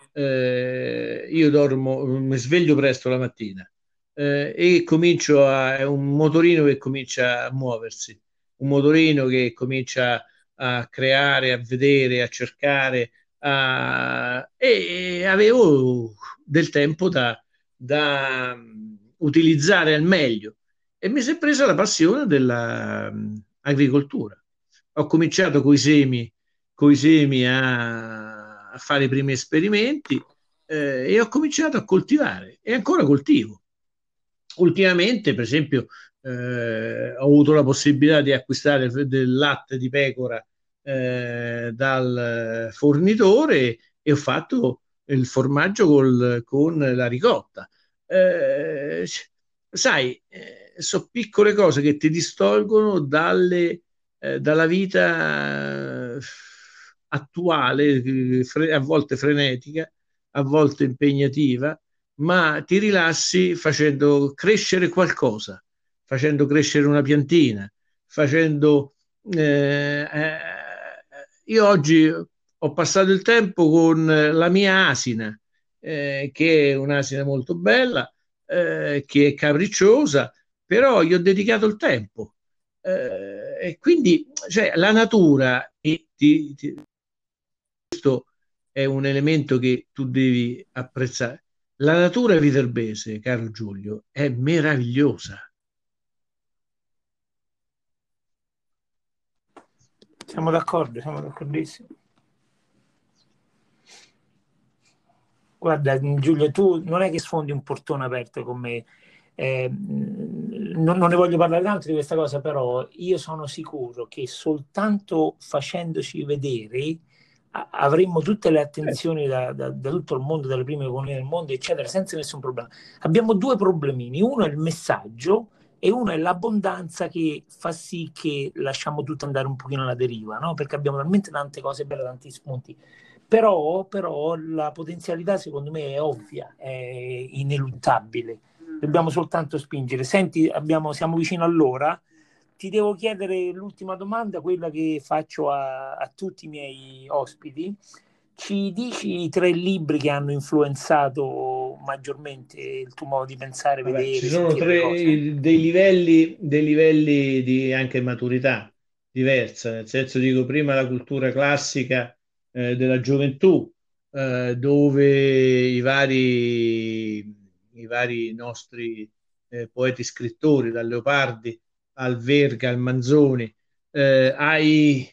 eh, io dormo, mi sveglio presto la mattina eh, e comincio a, è un motorino che comincia a muoversi, un motorino che comincia a creare, a vedere, a cercare, a- e avevo del tempo da, da mm, utilizzare al meglio e mi si è presa la passione dell'agricoltura. Ho cominciato con i semi coi semi a, a fare i primi esperimenti eh, e ho cominciato a coltivare e ancora coltivo. Ultimamente, per esempio, eh, ho avuto la possibilità di acquistare del latte di pecora eh, dal fornitore e ho fatto il formaggio col- con la ricotta. Eh, sai, eh, sono piccole cose che ti distolgono dalle eh, dalla vita eh, attuale, eh, fre- a volte frenetica, a volte impegnativa, ma ti rilassi facendo crescere qualcosa, facendo crescere una piantina, facendo... eh, eh, io oggi ho passato il tempo con la mia asina, eh, che è un'asina molto bella, eh, che è capricciosa, però gli ho dedicato il tempo. Eh, e quindi cioè, la natura, e ti- ti- questo è un elemento che tu devi apprezzare. La natura viterbese, caro Giulio, è meravigliosa. Siamo d'accordo, siamo d'accordissimo. Guarda, Giulio, tu non è che sfondi un portone aperto con me. Eh, non, non ne voglio parlare tanto di questa cosa, però io sono sicuro che soltanto facendoci vedere a- avremmo tutte le Certo. attenzioni da, da- da tutto il mondo, dalle prime economie del mondo, eccetera, senza nessun problema. Abbiamo due problemini: uno è il messaggio e uno è l'abbondanza, che fa sì che lasciamo tutto andare un pochino alla deriva, no? Perché abbiamo talmente tante cose belle, tanti spunti. Però, però la potenzialità secondo me è ovvia, è ineluttabile. Dobbiamo soltanto spingere. Senti, abbiamo, siamo vicino all'ora. Ti devo chiedere l'ultima domanda, quella che faccio a, a tutti i miei ospiti. Ci dici i tre libri che hanno influenzato maggiormente il tuo modo di pensare, Vabbè, ci vedere, sono sentire le cose? tre, dei livelli, dei livelli di anche maturità diversa, nel senso dico prima la cultura classica eh, della gioventù, eh, dove i vari, i vari nostri eh, poeti scrittori, dal Leopardi al Verga al Manzoni, eh, ai,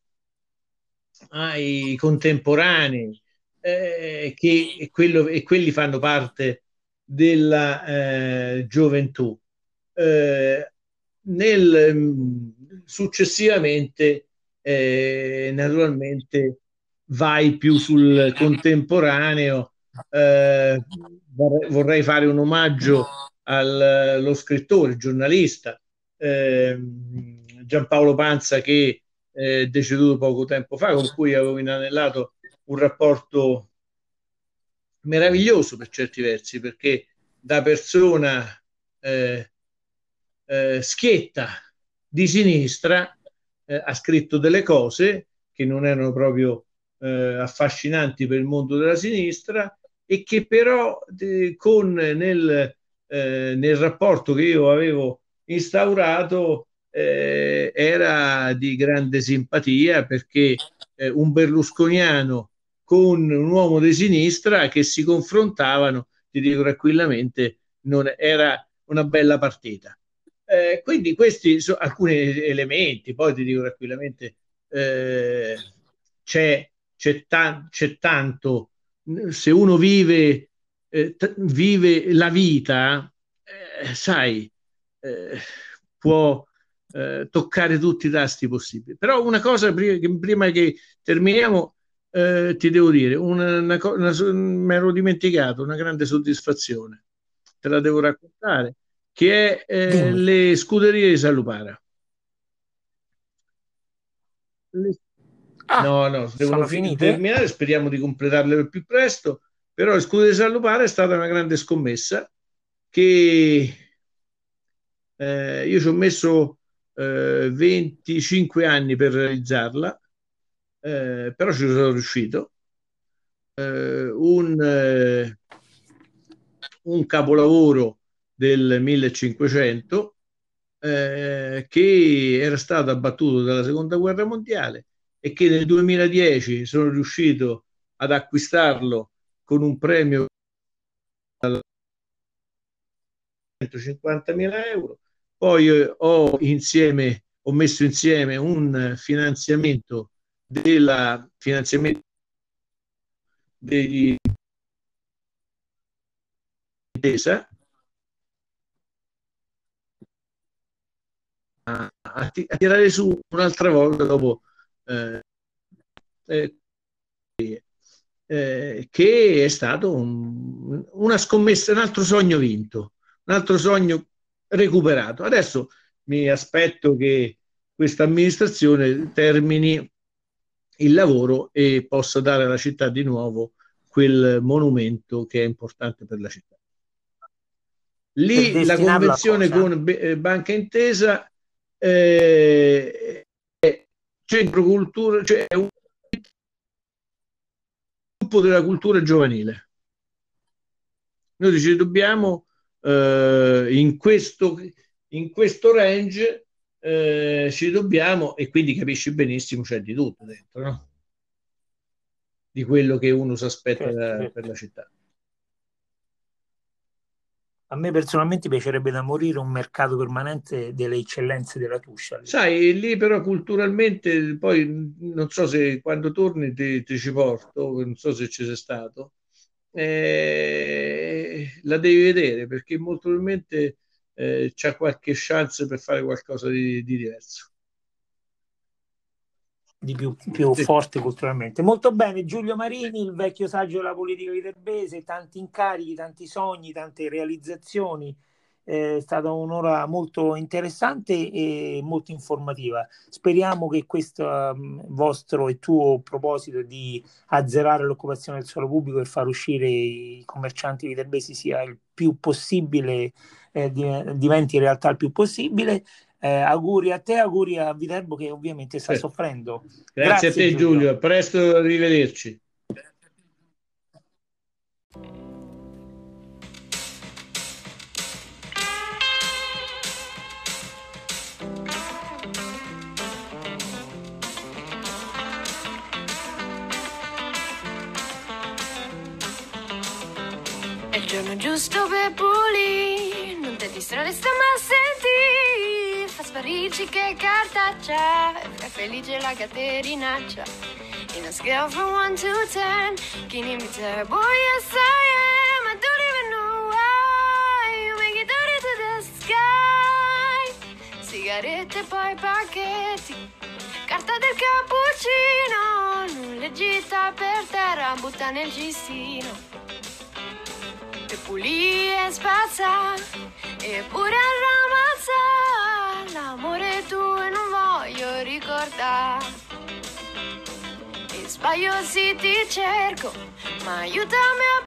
ai contemporanei, eh, che, e, quello, e quelli fanno parte della eh, gioventù. Eh, nel, mh, successivamente, eh, naturalmente, vai più sul contemporaneo. Eh, vorrei, vorrei fare un omaggio allo scrittore, giornalista eh, Giampaolo Panza, che è deceduto poco tempo fa, con cui avevo inanellato un rapporto meraviglioso per certi versi, perché da persona eh, eh, schietta di sinistra eh, ha scritto delle cose che non erano proprio eh, affascinanti per il mondo della sinistra e che però eh, con nel, eh, nel rapporto che io avevo instaurato eh, era di grande simpatia perché eh, un berlusconiano con un uomo di sinistra che si confrontavano, ti dico tranquillamente, non era una bella partita. Eh, quindi questi sono alcuni elementi, poi ti dico tranquillamente, eh, c'è, c'è, ta- c'è tanto, se uno vive, eh, t- vive la vita, eh, sai, eh, può eh, toccare tutti i tasti possibili. Però una cosa prima che, prima che terminiamo, eh, ti devo dire, una, una, una, mi ero dimenticato, una grande soddisfazione, te la devo raccontare, che è eh, Dimmi. le scuderie di Salupara. Le- Ah, No, no, devono sono fi- finite? terminare, speriamo di completarle il più presto, però le scuderie di Salupara è stata una grande scommessa che eh, io ci ho messo eh, venticinque anni per realizzarla, eh, però ci sono riuscito. Eh, un, eh, un capolavoro del millecinquecento eh, che era stato abbattuto dalla seconda guerra mondiale e che nel duemiladieci sono riuscito ad acquistarlo con un premio di centocinquantamila euro. Poi eh, ho, insieme, ho messo insieme un finanziamento della finanziamento degli intesa a, a, a tirare su un'altra volta dopo eh, eh, eh, che è stato un, una scommessa, un altro sogno vinto, un altro sogno recuperato. Adesso mi aspetto che questa amministrazione termini il lavoro e possa dare alla città di nuovo quel monumento che è importante per la città. Per Lì la destinarlo a convenzione cosa? con eh, Banca Intesa eh, è centro cultura, cioè è un gruppo della cultura giovanile. Noi ci dobbiamo eh, in, questo, in questo range eh, ci dobbiamo, e quindi capisci benissimo, c'è di tutto dentro, no? Di quello che uno si aspetta Certo, da, per certo. la città. A me personalmente piacerebbe da morire un mercato permanente delle eccellenze della Tuscia lì. Sai, lì però culturalmente, poi non so se quando torni ti, ti ci porto, non so se ci sei stato, eh, la devi vedere perché molto probabilmente eh, c'è qualche chance per fare qualcosa di, di diverso. Di più, più Sì, forte culturalmente. Molto bene, Giulio Marini, il vecchio saggio della politica viterbese, tanti incarichi, tanti sogni, tante realizzazioni. È stata un'ora molto interessante e molto informativa. Speriamo che questo um, vostro e tuo proposito di azzerare l'occupazione del suolo pubblico e far uscire i commercianti viterbesi sia il più possibile, eh, diventi realtà il più possibile. Eh, auguri a te, auguri a Viterbo che ovviamente sta certo. soffrendo. Grazie a Grazie te Giulio. Giulio, a presto, arrivederci. È il giorno giusto per pulire, non ti distrarre, sta ma senti, fa sparirci che cartaccia, e fai felice la caterinaccia. In a scale from one to ten, can you be terrible? Yes I am, I don't even know why, you make it dirty to the sky. Sigarette e poi pacchetti, carta del cappuccino, non le gita per terra, butta nel cestino. E pulì e spazza, e pure ramazza, l'amore tuo e non voglio ricordare. E sbaglio sì ti cerco, ma aiutami a